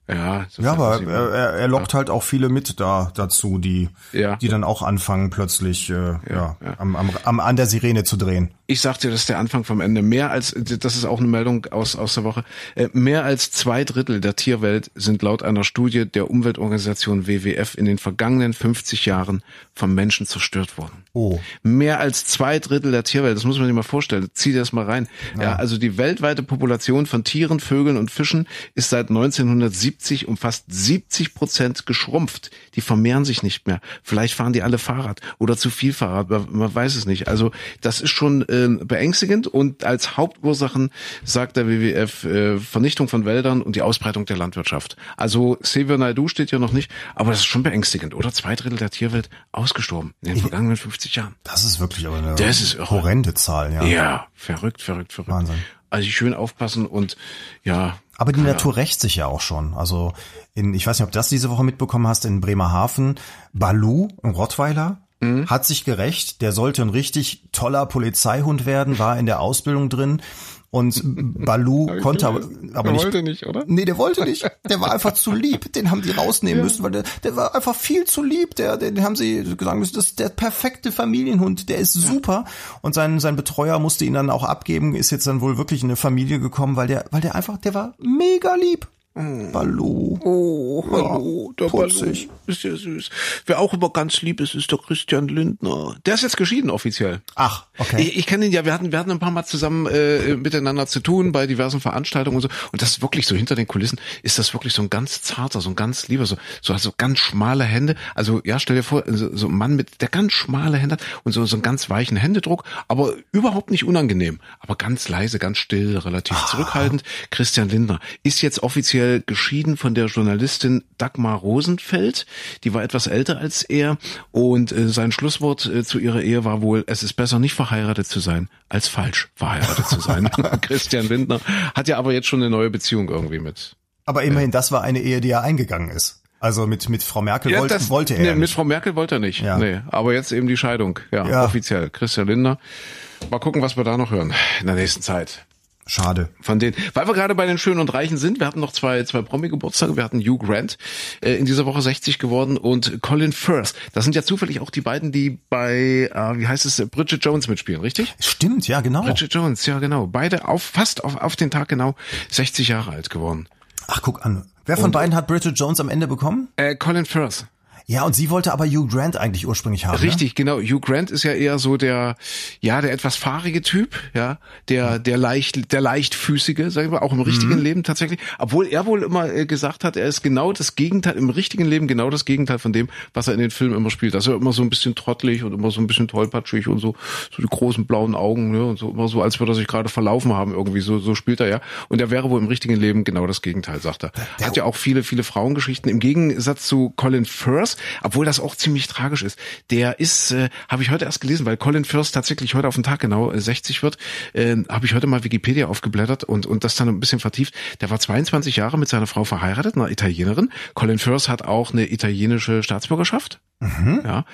Ja, ja, aber er, er, er lockt ja. halt auch viele mit da dazu, die ja. die dann auch anfangen plötzlich äh, ja, ja, ja. Am, am, am an der Sirene zu drehen. Ich sag dir, das ist der Anfang vom Ende. Mehr als, das ist auch eine Meldung aus aus der Woche, mehr als zwei Drittel der Tierwelt sind laut einer Studie der Umweltorganisation W W F in den vergangenen fünfzig Jahren vom Menschen zerstört worden. Oh. Mehr als zwei Drittel der Tierwelt, das muss man sich mal vorstellen. Zieh dir das mal rein. Ja. ja, also die weltweite Population von Tieren, Vögeln und Fischen ist seit neunzehnhundertsiebzig um fast siebzig Prozent geschrumpft. Die vermehren sich nicht mehr. Vielleicht fahren die alle Fahrrad oder zu viel Fahrrad, man, man weiß es nicht. Also das ist schon äh, beängstigend und als Hauptursachen sagt der W W F äh, Vernichtung von Wäldern und die Ausbreitung der Landwirtschaft. Also Xavier Naidoo steht ja noch nicht, aber das ist schon beängstigend, oder? Zwei Drittel der Tierwelt ausgestorben in den vergangenen fünfzig Jahren. Das ist wirklich aber eine das ist horrende Zahl, ja. Ja, verrückt, verrückt, verrückt. Wahnsinn. Also schön aufpassen und ja. Aber die Natur rächt sich ja auch schon. Also in, ich weiß nicht, ob du das diese Woche mitbekommen hast, in Bremerhaven, Baloo, ein Rottweiler, mhm. hat sich gerächt. Der sollte ein richtig toller Polizeihund werden, war in der Ausbildung drin. Und Baloo konnte aber, aber der nicht. Der wollte nicht, oder? Nee, der wollte nicht. Der war einfach zu lieb. Den haben die rausnehmen ja. müssen, weil der, der war einfach viel zu lieb. Der, den haben sie gesagt müssen, das ist der perfekte Familienhund. Der ist super. Ja. Und sein, sein Betreuer musste ihn dann auch abgeben, ist jetzt dann wohl wirklich in eine Familie gekommen, weil der, weil der einfach, der war mega lieb. Mm. Baloo. Oh, Baloo, ja, der putzig. Baloo ist ja süß. Wer auch immer ganz lieb ist, ist der Christian Lindner. Der ist jetzt geschieden offiziell. Ach, okay. Ich, ich kenne ihn ja, wir hatten wir hatten ein paar Mal zusammen äh, miteinander zu tun bei diversen Veranstaltungen und so. Und das ist wirklich so hinter den Kulissen, ist das wirklich so ein ganz zarter, so ein ganz lieber, so so also ganz schmale Hände. Also ja, stell dir vor, so, so ein Mann mit, der ganz schmale Hände hat und so so einen ganz weichen Händedruck, aber überhaupt nicht unangenehm. Aber ganz leise, ganz still, relativ ah. zurückhaltend. Christian Lindner ist jetzt offiziell geschieden von der Journalistin Dagmar Rosenfeld. Die war etwas älter als er und äh, sein Schlusswort äh, zu ihrer Ehe war wohl, es ist besser nicht verheiratet zu sein, als falsch verheiratet zu sein. Christian Lindner hat ja aber jetzt schon eine neue Beziehung irgendwie mit. Aber immerhin, äh, das war eine Ehe, die er eingegangen ist. Also mit mit Frau Merkel ja, wollte, das, wollte er nee, nicht. Mit Frau Merkel wollte er nicht. Ja. Nee, aber jetzt eben die Scheidung. Ja, ja, offiziell. Christian Lindner. Mal gucken, was wir da noch hören in der nächsten Zeit. Schade. Von denen, weil wir gerade bei den Schönen und Reichen sind, wir hatten noch zwei zwei Promi-Geburtstage, wir hatten Hugh Grant, äh, in dieser Woche sechzig geworden und Colin Firth. Das sind ja zufällig auch die beiden, die bei, äh, wie heißt es, Bridget Jones mitspielen, richtig? Stimmt, ja genau. Bridget Jones, ja genau. Beide auf fast auf, auf den Tag genau sechzig Jahre alt geworden. Ach, guck an. Wer von und, beiden hat Bridget Jones am Ende bekommen? Äh, Colin Firth. Ja, und sie wollte aber Hugh Grant eigentlich ursprünglich haben. Richtig, ne? genau. Hugh Grant ist ja eher so der, ja, der etwas fahrige Typ, ja, der, der leicht, der leichtfüßige, sagen wir, auch im richtigen mhm. Leben tatsächlich. Obwohl er wohl immer gesagt hat, er ist genau das Gegenteil, im richtigen Leben genau das Gegenteil von dem, was er in den Filmen immer spielt. Also immer so ein bisschen trottelig und immer so ein bisschen tollpatschig und so, so die großen blauen Augen, ne, und so immer so, als würde er sich gerade verlaufen haben irgendwie. So, so spielt er ja. Und er wäre wohl im richtigen Leben genau das Gegenteil, sagt er. Er hat ja auch viele, viele Frauengeschichten. Im Gegensatz zu Colin Firth, obwohl das auch ziemlich tragisch ist. Der ist, äh, habe ich heute erst gelesen, weil Colin Firth tatsächlich heute auf den Tag genau äh, sechzig wird, äh, habe ich heute mal Wikipedia aufgeblättert und und das dann ein bisschen vertieft. Der war zweiundzwanzig Jahre mit seiner Frau verheiratet, einer Italienerin. Colin Firth hat auch eine italienische Staatsbürgerschaft. Mhm. Ja.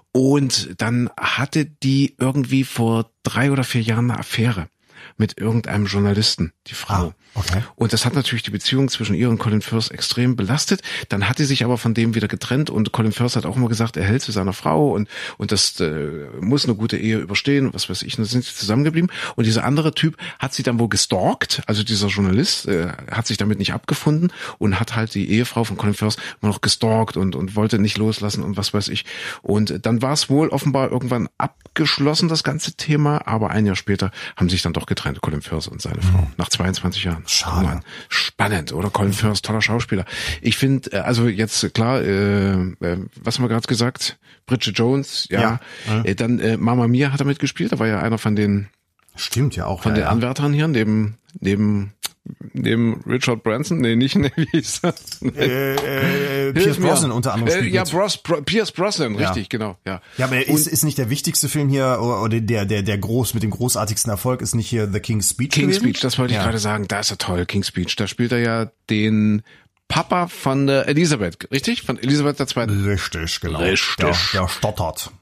Und dann hatte die irgendwie vor drei oder vier Jahren eine Affäre mit irgendeinem Journalisten, die Frau. Ah, okay. Und das hat natürlich die Beziehung zwischen ihr und Colin Firth extrem belastet. Dann hat sie sich aber von dem wieder getrennt und Colin Firth hat auch immer gesagt, er hält zu seiner Frau und und das äh, muss eine gute Ehe überstehen, was weiß ich. Und dann sind sie zusammengeblieben. Und dieser andere Typ hat sie dann wohl gestalkt, also dieser Journalist äh, hat sich damit nicht abgefunden und hat halt die Ehefrau von Colin Firth immer noch gestalkt und und wollte nicht loslassen und was weiß ich. Und dann war es wohl offenbar irgendwann abgeschlossen, das ganze Thema, aber ein Jahr später haben sich dann doch getrennt. Colin Firth und seine Frau. Nach zweiundzwanzig Jahren. Schade. Oh Mann. Spannend, oder? Colin Firth, toller Schauspieler. Ich finde, also jetzt klar, äh, äh, was haben wir gerade gesagt? Bridget Jones, ja. ja. ja. Äh, dann äh, Mamma Mia hat er mitgespielt. Da war ja einer von den Stimmt ja auch. Von ja, den ja. Anwärtern hier, neben neben neben Richard Branson, nee, nicht, nee, wie hieß das? Äh, äh, Pierce Brosnan unter anderem. Äh, ja, Bros, Bro, Pierce Brosnan, ja. Richtig, genau, ja. Ja, aber er ist, ist nicht der wichtigste Film hier, oder der, der, der groß, mit dem großartigsten Erfolg ist nicht hier The King's Speech King's gewesen? Speech, das wollte ich ja. gerade sagen, da ist er toll, King's Speech. Da spielt er ja den Papa von der Elisabeth, richtig? Von Elisabeth der Zweiten. Richtig, genau. Richtig. Der, der stottert.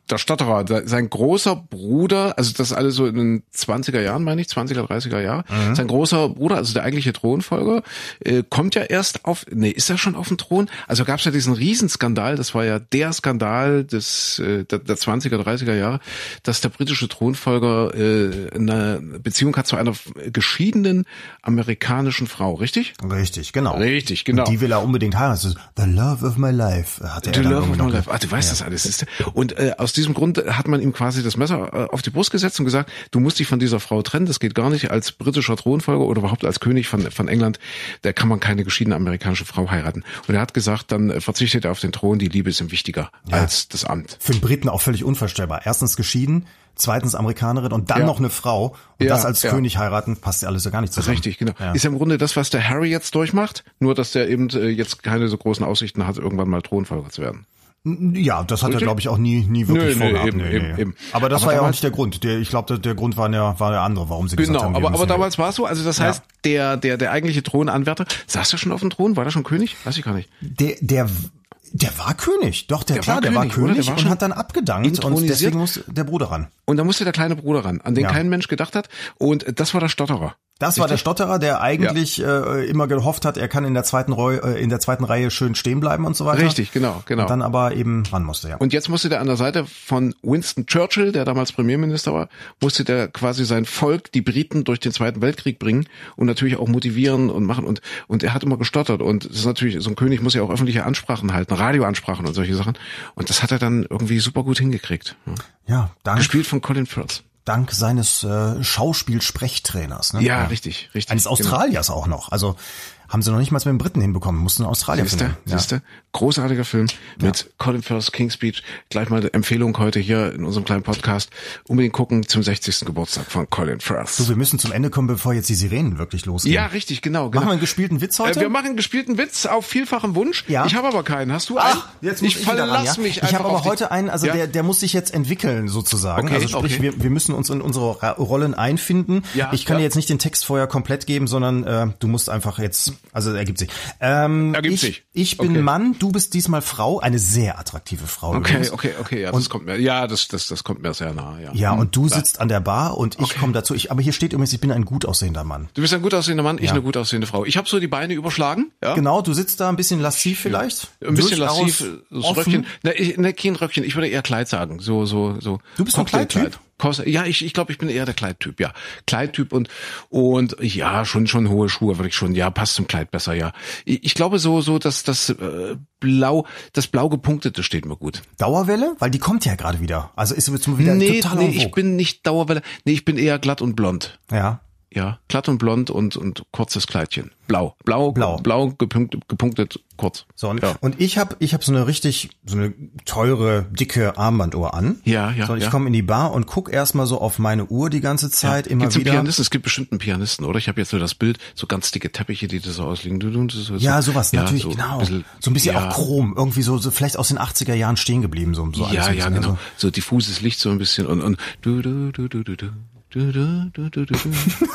der Stotterer, der, sein großer Bruder, also das alles so in den zwanziger Jahren, meine ich, zwanziger, dreißiger Jahre, mhm. sein großer Bruder, also der eigentliche Thronfolger, äh, kommt ja erst auf, nee, ist er schon auf dem Thron? Also gab es ja diesen Riesenskandal, das war ja der Skandal des äh, der, der zwanziger, dreißiger Jahre, dass der britische Thronfolger äh, eine Beziehung hat zu einer geschiedenen amerikanischen Frau, richtig? Richtig, genau. Richtig, genau. Und die will er unbedingt heiraten. The love of my life. Hat er The dann love of my noch life. Ah, du weißt ja. das alles. Ist, und äh, aus diesem Grund hat man ihm quasi das Messer äh, auf die Brust gesetzt und gesagt, du musst dich von dieser Frau trennen, das geht gar nicht. Als britischer Thronfolger oder überhaupt als König von von England, da kann man keine geschiedene amerikanische Frau heiraten. Und er hat gesagt, dann äh, verzichtet er auf den Thron, die Liebe ist ihm wichtiger ja. als das Amt. Für den Briten auch völlig unvorstellbar. Erstens geschieden, zweitens Amerikanerin und dann ja. noch eine Frau. Und ja, das als ja. König heiraten, passt ja alles ja gar nicht zusammen. Richtig, genau. Ja. Ist ja im Grunde das, was der Harry jetzt durchmacht, nur dass der eben äh, jetzt keine so großen Aussichten hat, irgendwann mal Thronfolger zu werden. Ja, das hat Richtig? er, glaube ich, auch nie nie wirklich nö, vorgehabt. Nö, eben, nee, nee. Eben. Aber das aber war ja damals, auch nicht der Grund. Der, ich glaube, der, der Grund war der, war der andere, warum sie genau, gesagt haben. Genau, aber, aber damals hin. war es so. Also das heißt, ja. der der der eigentliche Thronanwärter, saß er schon auf dem Thron? War der schon König? Weiß ich gar nicht. Der der Der war König, doch, der, der klar, war der König, war König der war und hat dann abgedankt und deswegen musste der Bruder ran. Und da musste der kleine Bruder ran, an den ja. kein Mensch gedacht hat und das war der Stotterer. Das Richtig? war der Stotterer, der eigentlich ja. äh, immer gehofft hat, er kann in der zweiten Reihe, äh, in der zweiten Reihe schön stehen bleiben und so weiter. Richtig, genau, genau. Und dann aber eben ran musste, ja. Und jetzt musste der an der Seite von Winston Churchill, der damals Premierminister war, musste der quasi sein Volk, die Briten, durch den Zweiten Weltkrieg bringen und natürlich auch motivieren und machen und und er hat immer gestottert und das ist natürlich, so ein König muss ja auch öffentliche Ansprachen halten, Radioansprachen und solche Sachen und das hat er dann irgendwie super gut hingekriegt. Ja, danke. Gespielt von Colin Firth. Dank seines äh, Schauspielsprechtrainers. Ne? Ja, ja, richtig, richtig. Eines Australiers genau. auch noch. Also haben sie noch nicht mal mit den Briten hinbekommen, mussten in Australien finden. Siehste, ja. großartiger Film mit ja. Colin Firth, King's Speech. Gleich mal eine Empfehlung heute hier in unserem kleinen Podcast. Unbedingt gucken zum sechzigsten Geburtstag von Colin Firth. So, wir müssen zum Ende kommen, bevor jetzt die Sirenen wirklich losgehen. Ja, richtig, genau. genau. Machen wir einen gespielten Witz heute? Äh, wir machen einen gespielten Witz auf vielfachen Wunsch. Ja. Ich habe aber keinen. Hast du einen? Ach, jetzt muss ich ich verlass ran, ja? mich einfach. Ich habe aber auf heute einen, also ja? der der muss sich jetzt entwickeln sozusagen. Okay, also sprich, okay. wir, wir müssen uns in unsere Rollen einfinden. Ja, ich kann ja. dir jetzt nicht den Text vorher komplett geben, sondern äh, du musst einfach jetzt, also ergibt sich. Ähm, Ergibt ich, sich. Ich bin okay. Mann, du bist diesmal Frau, eine sehr attraktive Frau. Okay, übrigens. okay, okay, ja, das und, kommt mir, ja, das, das, das kommt mir sehr nahe, ja. Ja, hm, und du klar. sitzt an der Bar und ich okay. komme dazu. Ich, aber hier steht übrigens, ich bin ein gut aussehender Mann. Du bist ein gut aussehender Mann, ich ja. eine gut aussehende Frau. Ich habe so die Beine überschlagen, ja. Genau, du sitzt da ein bisschen lasziv vielleicht. Ein bisschen lasziv, das offen. Röckchen. Ne, ich, ne, kein Röckchen, ich würde eher Kleid sagen, so, so, so. Du bist ein Kleidtyp? Ja, ich, ich glaube, ich bin eher der Kleidtyp, ja. Kleidtyp und, und, ja, schon, schon hohe Schuhe, würde ich schon, ja, passt zum Kleid besser, ja. Ich, ich glaube so, so, dass das, äh, blau, das blau gepunktete steht mir gut. Dauerwelle? Weil die kommt ja gerade wieder. Also ist jetzt mal wieder nee, total Nee, ich bin nicht Dauerwelle. Nee, ich bin eher glatt und blond. Ja. Ja, glatt und blond und, und kurzes Kleidchen. Blau. Blau, blau, blau gepunktet, gepunktet kurz. So, und, ja. und ich habe ich hab so eine richtig, so eine teure, dicke Armbanduhr an. Ja, ja. So, und ich ja. komme in die Bar und guck erstmal so auf meine Uhr die ganze Zeit, ja. immer Gibt's wieder. Pianisten? Es gibt bestimmt einen Pianisten, oder? Ich habe jetzt so das Bild, so ganz dicke Teppiche, die da so ausliegen. So, ja, sowas, ja, natürlich, so genau. Ein bisschen, so ein bisschen ja. auch chrom, irgendwie so, so vielleicht aus den achtziger Jahren stehen geblieben, so, so ja, alles ja, genau. Also. So diffuses Licht so ein bisschen und, und du, du, du, du, du, du. Du, du, du, du, du.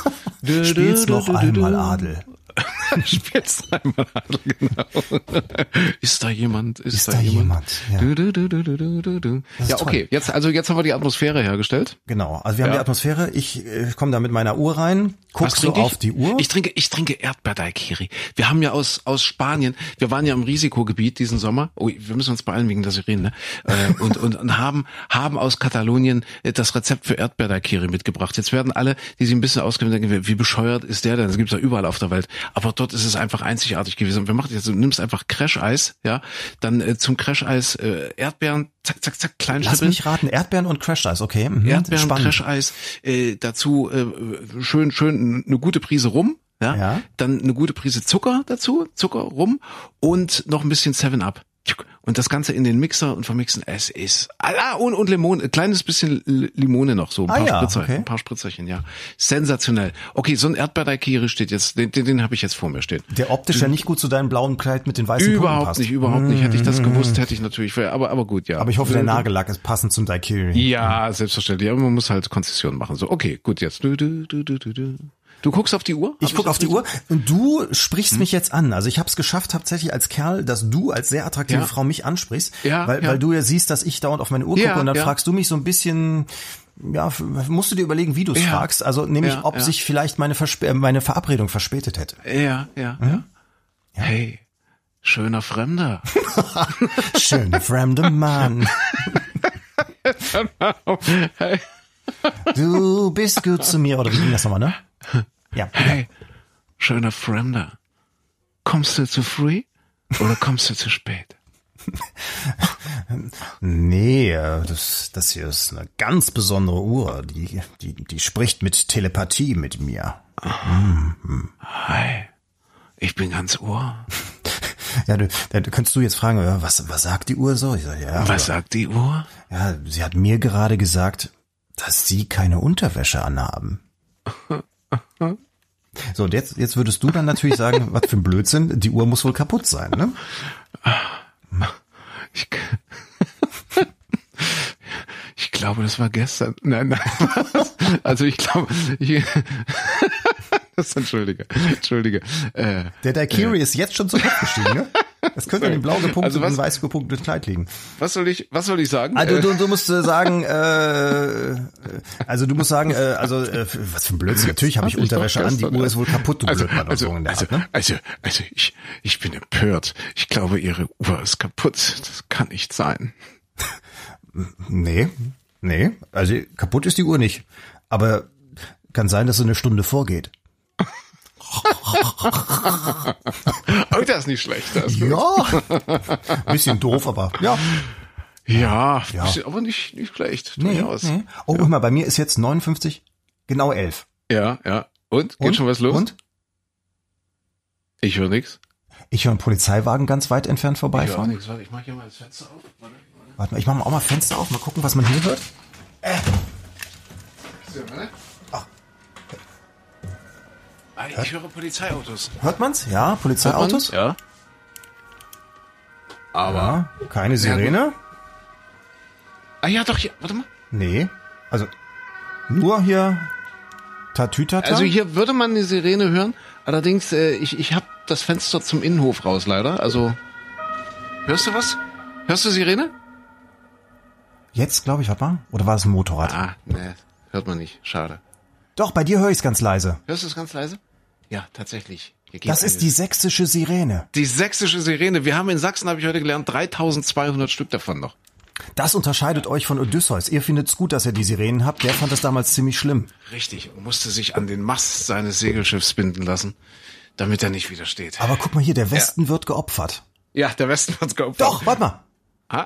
Du, Spiel's noch du, du, einmal Adel. Spiel's einmal Adel, genau. Ist da jemand? Ist, ist da, da jemand? jemand? Ja, du, du, du, du, du, du. Ja, okay. Jetzt, also jetzt haben wir die Atmosphäre hergestellt. Genau. Also wir haben ja. die Atmosphäre. Ich äh, komme da mit meiner Uhr rein, guck so auf die Uhr. Ich trinke, ich trinke Erdbeer-Daiquiri. Wir haben ja aus aus Spanien. Wir waren ja im Risikogebiet diesen Sommer. Oh, wir müssen uns beeilen wegen der Sirenen, ne? Äh, und, und und haben haben aus Katalonien das Rezept für Erdbeer-Daiquiri mitgebracht. Jetzt werden alle, die sich ein bisschen auskennen, denken, wie bescheuert ist der denn? Das gibt's ja überall auf der Welt. Aber dort ist es einfach einzigartig gewesen. Wir machen jetzt, du nimmst einfach Crash-Eis, ja, dann äh, zum Crash-Eis äh, Erdbeeren, zack, zack, zack, klein Lass mich raten, Erdbeeren und Crash-Eis, okay. Mhm. Erdbeeren, Crash-Eis, äh, dazu äh, schön, schön eine gute Prise Rum, ja? ja, dann eine gute Prise Zucker dazu, Zucker, Rum und noch ein bisschen Seven Up. Und das Ganze in den Mixer und vermixen. Es ist, ah, und, und Limone, ein kleines bisschen Limone noch, so ein paar ah, ja, Spritzer, okay. ein paar Spritzerchen, ja. Sensationell. Okay, so ein Erdbeer-Daiquiri steht jetzt, den, den, den habe ich jetzt vor mir stehen. Der optisch du, ja nicht gut zu deinem blauen Kleid mit den weißen Punkten Überhaupt passt. nicht, überhaupt nicht. Hätte ich das gewusst, hätte ich natürlich, aber, aber gut, ja. Aber ich hoffe, der Nagellack ist passend zum Daiquiri. Ja, selbstverständlich. Aber man muss halt Konzessionen machen. So, okay, gut, jetzt. Du, du, du, du, du, du. Du guckst auf die Uhr? Ich gucke auf die Uhr und du sprichst hm? mich jetzt an. Also ich habe es geschafft tatsächlich als Kerl, dass du als sehr attraktive ja. Frau mich ansprichst, ja, weil, ja. weil du ja siehst, dass ich dauernd auf meine Uhr gucke ja, und dann ja. fragst du mich so ein bisschen, ja, musst du dir überlegen, wie du es ja. fragst. Also nämlich, ja, ob ja. sich vielleicht meine, Versp- meine Verabredung verspätet hätte. Ja, ja, hm? ja. Hey, schöner Fremder. Schöner fremder Mann. Hey. Du bist gut zu mir. Oder wie ging das nochmal, ne? Ja. Hey, schöner Fremder. Kommst du zu früh oder kommst du zu spät? Nee, das, das hier ist eine ganz besondere Uhr. Die, die, die spricht mit Telepathie mit mir. Mhm. Hi, ich bin ganz Ohr. Ja, du, da könntest du jetzt fragen, was, was sagt die Uhr so? Ich sag, ja, was aber, sagt die Uhr? Ja, sie hat mir gerade gesagt, dass sie keine Unterwäsche anhaben. So, und jetzt, jetzt würdest du dann natürlich sagen, was für ein Blödsinn, die Uhr muss wohl kaputt sein, ne? Ich, ich glaube, das war gestern. Nein, nein. Also ich glaube, ich, das Entschuldige, Entschuldige. Äh, Der Daikiri äh, ist jetzt schon zu Kopf gestiegen, ne? Das könnte an dem blau gepunkteten also was, und weiß gepunkteten Kleid liegen. Was soll ich, was soll ich sagen? Also du, du musst äh, sagen, äh, also du musst sagen, äh, also äh, was für ein Blödsinn. Natürlich habe ich Unterwäsche an, die Uhr ist wohl kaputt, du also, Blödmann. Also, so in der also, Art, ne? also, also ich, ich bin empört. Ich glaube, Ihre Uhr ist kaputt. Das kann nicht sein. Nee, nee, also kaputt ist die Uhr nicht. Aber kann sein, dass sie eine Stunde vorgeht. Oh, das ist nicht schlecht. Das ist ja, bisschen doof, aber ja. Ja, ja. Bisschen, aber nicht, nicht schlecht. Nee, nee. Oh, guck mal, bei mir ist jetzt neunundfünfzig, genau elf. Ja, ja. Und? Geht und? schon was los? Und? Ich höre nichts. Ich höre einen Polizeiwagen ganz weit entfernt vorbeifahren. Ich höre nichts. Warte, ich mache hier mal das Fenster auf. Warte, warte. Warte mal, ich mache mal auch mal Fenster auf, mal gucken, was man hier hört. Äh. Ach. Ich höre Polizeiautos. Hört man's? Ja, Polizeiautos? Ja. Aber ja, keine Sirene? Ja, ah ja, doch, hier, warte mal. Nee, also nur hier Tatütata. Also hier würde man eine Sirene hören, allerdings, äh, ich, ich habe das Fenster zum Innenhof raus, leider. Also, hörst du was? Hörst du Sirene? Jetzt, glaube ich, warte mal. Oder war es ein Motorrad? Ah, ne, hört man nicht. Schade. Doch, bei dir höre ich es ganz leise. Hörst du es ganz leise? Ja, tatsächlich. Hier das ist die sächsische Sirene. Die sächsische Sirene. Wir haben in Sachsen, habe ich heute gelernt, dreitausendzweihundert Stück davon noch. Das unterscheidet euch von Odysseus. Ihr findet's gut, dass ihr die Sirenen habt. Der fand das damals ziemlich schlimm. Richtig. Und musste sich an den Mast seines Segelschiffs binden lassen, damit er nicht widersteht. Aber guck mal hier, der Westen ja. wird geopfert. Ja, der Westen wird geopfert. Doch, warte mal. Ha?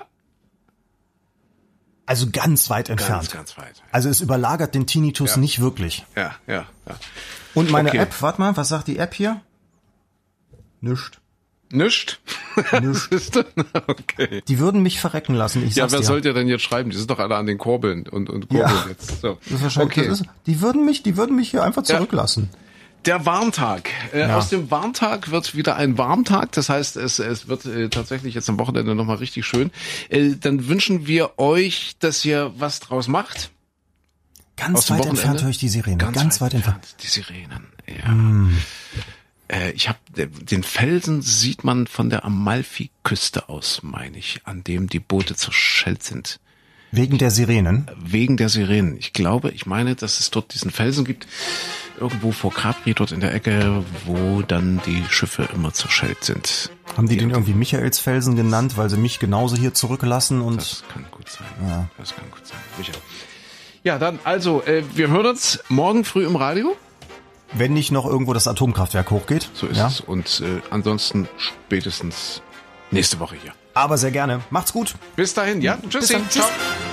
Also ganz weit entfernt. Ganz, ganz weit. Also es überlagert den Tinnitus ja. nicht wirklich. Ja, ja, ja. Und meine okay. App, warte mal, was sagt die App hier? Nischt. Nischt? Nischt. Okay. Die würden mich verrecken lassen, ich Ja, sag's wer dir. sollte denn jetzt schreiben? Die sind doch alle an den Kurbeln und, und kurbeln ja. jetzt. So. Das ist wahrscheinlich, okay. das ist, die würden mich, die würden mich hier einfach zurücklassen. Ja. Der Warntag. Äh, ja. Aus dem Warntag wird wieder ein Warmtag. Das heißt, es, es wird äh, tatsächlich jetzt am Wochenende nochmal richtig schön. Äh, dann wünschen wir euch, dass ihr was draus macht. Ganz weit Wochenende. entfernt höre ich die Sirene. Ganz, Ganz weit, weit entfernt. entfernt. Die Sirenen, ja. Mm. Äh, ich habe den Felsen sieht man von der Amalfiküste aus, meine ich, an dem die Boote zerschellt sind. Wegen der Sirenen? Wegen der Sirenen. Ich glaube, ich meine, dass es dort diesen Felsen gibt, irgendwo vor Capri, dort in der Ecke, wo dann die Schiffe immer zerschellt sind. Haben die, die den irgendwie Michaelsfelsen genannt, weil sie mich genauso hier zurücklassen? Und das kann gut sein. Ja. Das kann gut sein. Michael. Ja, dann, also, äh, wir hören uns morgen früh im Radio. Wenn nicht noch irgendwo das Atomkraftwerk hochgeht. So ist ja. es. Und äh, ansonsten spätestens nächste Woche hier. Aber sehr gerne. Macht's gut. Bis dahin, ja. Tschüssi. Bis dann. Tschüss. Ciao.